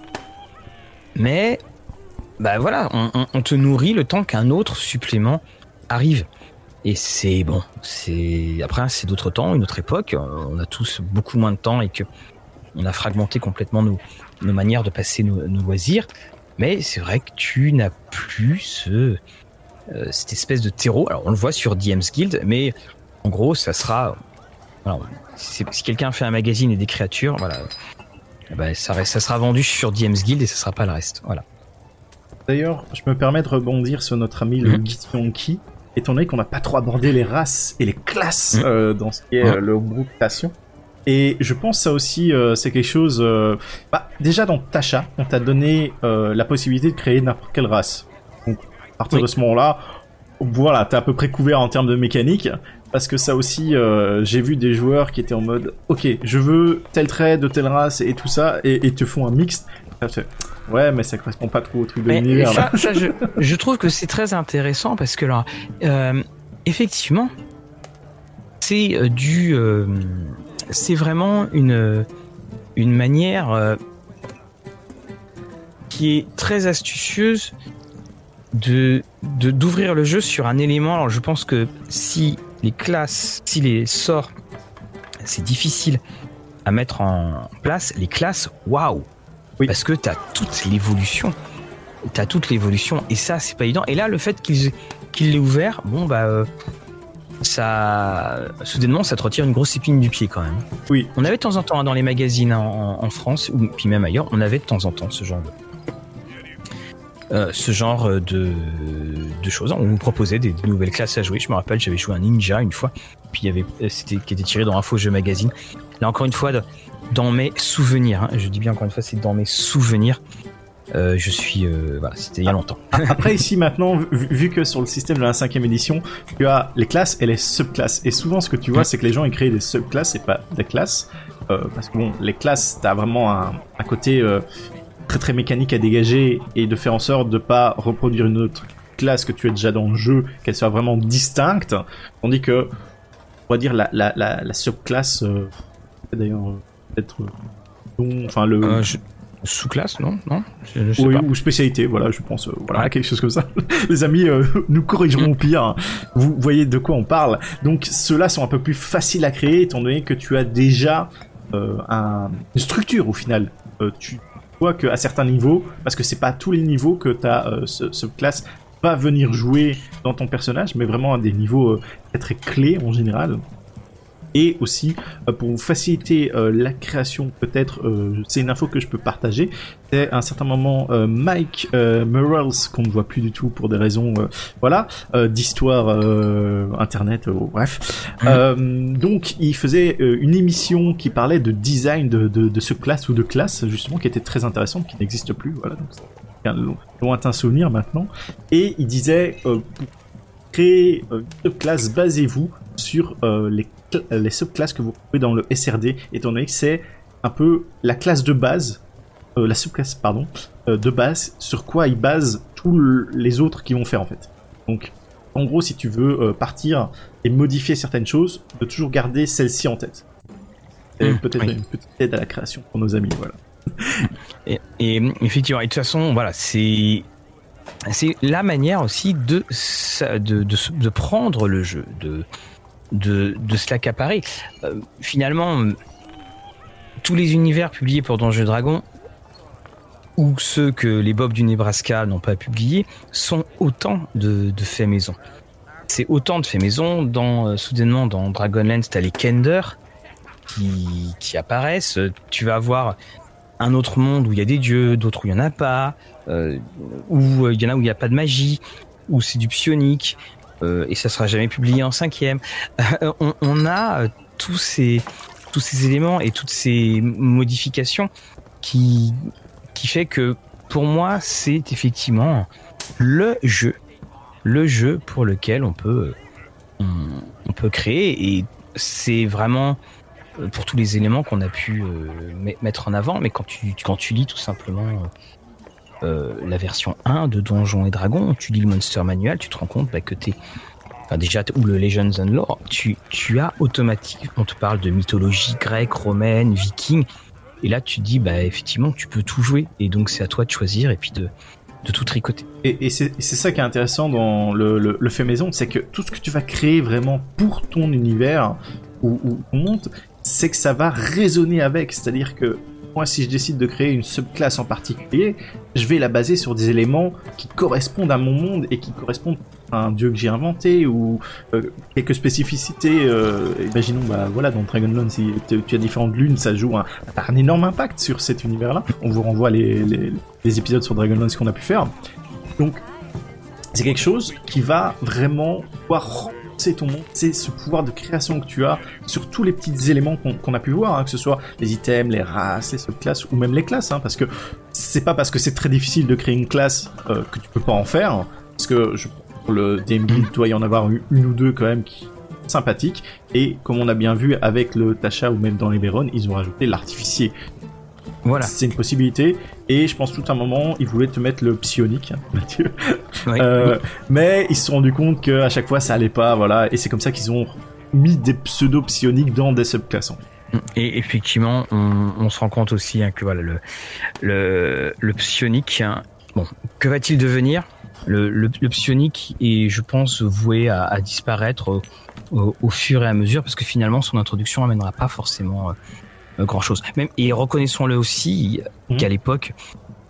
mais voilà, on te nourrit le temps qu'un autre supplément arrive. Et après, c'est d'autres temps, une autre époque. On a tous beaucoup moins de temps et que on a fragmenté complètement nos manières de passer nos loisirs. Mais c'est vrai que tu n'as plus cette espèce de terreau. Alors, on le voit sur DM's Guild, mais en gros, ça sera... Voilà, si quelqu'un fait un magazine et des créatures, voilà, ça sera vendu sur DM's Guild et ça sera pas le reste. Voilà. D'ailleurs, je me permets de rebondir sur notre ami le Githyanki, étant donné qu'on n'a pas trop abordé les races et les classes dans ce qui est le groupe création. Et je pense ça aussi, c'est quelque chose... déjà dans Tasha, on t'a donné la possibilité de créer n'importe quelle race. Donc, à partir de ce moment-là, voilà, t'es à peu près couvert en termes de mécanique. Parce que ça aussi, j'ai vu des joueurs qui étaient en mode « Ok, je veux tel trait de telle race et tout ça », et te font un mixte. Ouais, mais ça correspond pas trop au truc de l'univers. Ça, je trouve que c'est très intéressant parce que là, effectivement, c'est c'est vraiment une manière qui est très astucieuse d'ouvrir le jeu sur un élément. Alors, je pense que si les sorts, c'est difficile à mettre en place, les classes, waouh! Oui. Parce que t'as toute l'évolution. Et ça, c'est pas évident. Et là, le fait qu'il l'ait ouvert, soudainement, ça te retire une grosse épine du pied quand même. Oui. On avait de temps en temps dans les magazines en France, ou puis même ailleurs, on avait de temps en temps ce genre de choses. On nous proposait des nouvelles classes à jouer. Je me rappelle, j'avais joué un ninja une fois, puis c'était qui était tiré dans un faux jeu magazine. Là encore une fois, dans mes souvenirs, hein, je dis bien encore une fois, c'est dans mes souvenirs. Voilà, c'était il y a longtemps. Après ici maintenant, vu que sur le système de la 5e édition, tu as les classes et les subclasses. Et souvent ce que tu vois, c'est que les gens ils créent des subclasses et pas des classes. Parce que bon, les classes, t'as vraiment un côté très très mécanique à dégager et de faire en sorte de pas reproduire une autre classe que tu as déjà dans le jeu, qu'elle soit vraiment distincte. Tandis que, on va dire la subclasse, d'ailleurs peut-être, enfin le sous-classe, non je sais oui, pas. Ou spécialité, voilà, je pense, voilà, quelque chose comme ça. Les amis nous corrigeront au pire. Vous voyez de quoi on parle. Donc ceux-là sont un peu plus faciles à créer étant donné que tu as déjà une structure au final. Tu vois qu'à certains niveaux, parce que c'est pas à tous les niveaux que ta ce classe va venir jouer dans ton personnage, mais vraiment à des niveaux très très clés en général. Et aussi, pour vous faciliter la création, peut-être, c'est une info que je peux partager. C'est à un certain moment Mike Murrells, qu'on ne voit plus du tout pour des raisons, d'histoire internet, bref. Donc, il faisait une émission qui parlait de design de ce classe ou de classe, justement, qui était très intéressante, qui n'existe plus. Voilà, donc c'est un lointain souvenir maintenant. Et il disait, pour créer une classe, basez-vous sur les subclasses que vous trouvez dans le SRD, étant donné que c'est un peu la classe de base, la subclasse, pardon, de base, sur quoi ils basent tous les autres qui vont faire en fait. Donc, en gros, si tu veux partir et modifier certaines choses, de toujours garder celle-ci en tête. Et peut-être une petite aide à la création pour nos amis, voilà. Et effectivement, et de toute façon, voilà, c'est la manière aussi de prendre le jeu, de se l'accaparer. Finalement, tous les univers publiés pour Donjons et Dragons, ou ceux que les Bobs du Nebraska n'ont pas publiés, sont autant de faits maison. C'est autant de faits maison. Soudainement, dans Dragonlance, t'as les Kender qui apparaissent. Tu vas avoir un autre monde où il y a des dieux, d'autres où il y en a pas, où il y en a où il y a pas de magie, où c'est du psionique. Et ça sera jamais publié en 5e. On a tous ces éléments et toutes ces modifications qui fait que pour moi c'est effectivement le jeu pour lequel on peut créer, et c'est vraiment pour tous les éléments qu'on a pu mettre en avant. Mais quand tu lis tout simplement la version 1 de Donjons et Dragons, tu lis le Monster Manual, tu te rends compte que ou le Legends and Lore, tu as automatiquement, on te parle de mythologie grecque, romaine, viking, et là tu te dis effectivement tu peux tout jouer, et donc c'est à toi de choisir et puis de tout tricoter. Et c'est ça qui est intéressant dans le fait maison, c'est que tout ce que tu vas créer vraiment pour ton univers ou ton monde, c'est que ça va résonner avec, c'est-à-dire que moi, si je décide de créer une subclasse en particulier, je vais la baser sur des éléments qui correspondent à mon monde et qui correspondent à un dieu que j'ai inventé, ou quelques spécificités. Imaginons, dans Dragonlance, si tu as différentes lunes, ça joue un énorme impact sur cet univers-là. On vous renvoie les épisodes sur Dragonlance qu'on a pu faire. Donc, c'est quelque chose qui va vraiment pouvoir c'est ton monde, c'est ce pouvoir de création que tu as sur tous les petits éléments qu'on a pu voir, que ce soit les items, les races, les subclasses ou même les classes, parce que c'est pas parce que c'est très difficile de créer une classe que tu peux pas en faire, parce que pour le DMB, il doit y en avoir une ou deux quand même qui sont sympathiques, et comme on a bien vu avec le Tasha ou même dans les Véron, ils ont rajouté l'artificier. Voilà. C'est une possibilité, et je pense tout un moment ils voulaient te mettre le psionique, Mathieu. Oui. Mais ils se sont rendus compte qu'à chaque fois ça allait pas, voilà, et c'est comme ça qu'ils ont mis des pseudo psioniques dans des subclasses. Et effectivement, on se rend compte aussi que voilà le psionique, que va-t-il devenir? Le psionique est, je pense, voué à disparaître au fur et à mesure, parce que finalement son introduction amènera pas forcément grand chose. Même, et reconnaissons-le aussi qu'à l'époque,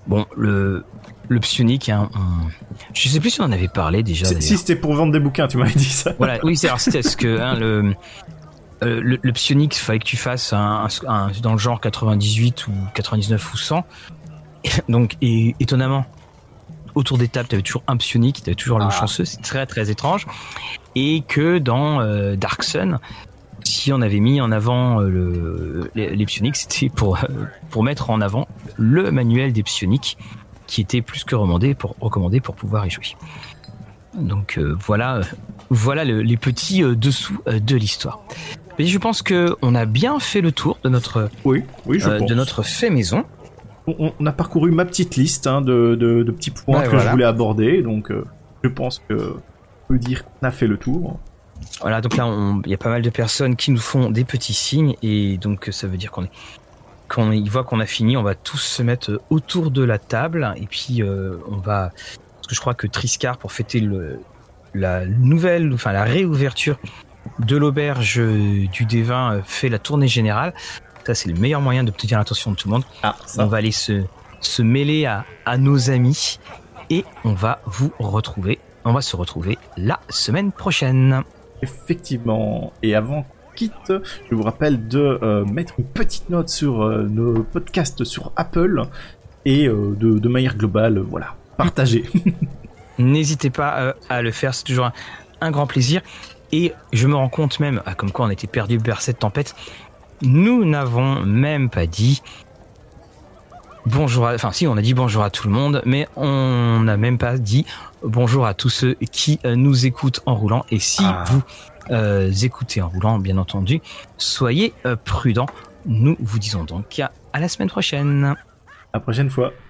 Bon, le psionique, hein, je sais plus si on en avait parlé déjà. Si c'était pour vendre des bouquins, tu m'avais dit ça. Voilà, oui, c'était ce que hein, le psionique, il fallait que tu fasses un dans le genre 98 ou 99 ou 100. Donc, et étonnamment, autour des tables, tu avais toujours un psionique, tu avais toujours le chanceux, c'est très très étrange. Et que dans Dark Sun, si on avait mis en avant les psioniques, c'était pour mettre en avant le manuel des psioniques, qui était plus que recommandé pour pouvoir y jouer. Donc voilà les petits dessous de l'histoire. Mais je pense que on a bien fait le tour de notre de notre fait maison. On a parcouru ma petite liste de petits points que je voulais aborder, donc je pense que on peut dire qu'on a fait le tour. Voilà, donc là il y a pas mal de personnes qui nous font des petits signes, et donc ça veut dire quand ils voient qu'on a fini, on va tous se mettre autour de la table, et puis on va, parce que je crois que Triscar, pour fêter la réouverture de l'auberge du Dévin, fait la tournée générale. Ça, c'est le meilleur moyen d'obtenir l'attention de tout le monde. On va aller se mêler à nos amis, et on va se retrouver la semaine prochaine. Effectivement. Et avant qu'on quitte, je vous rappelle de mettre une petite note sur nos podcasts sur Apple, et de manière globale, voilà, partagez. N'hésitez pas à le faire, c'est toujours un grand plaisir. Et je me rends compte même, comme quoi on était perdu vers cette tempête, nous n'avons même pas dit bonjour on a dit bonjour à tout le monde, mais on n'a même pas dit bonjour à tous ceux qui nous écoutent en roulant. Et si vous écoutez en roulant, bien entendu, soyez prudents. Nous vous disons donc à la semaine prochaine. À la prochaine fois.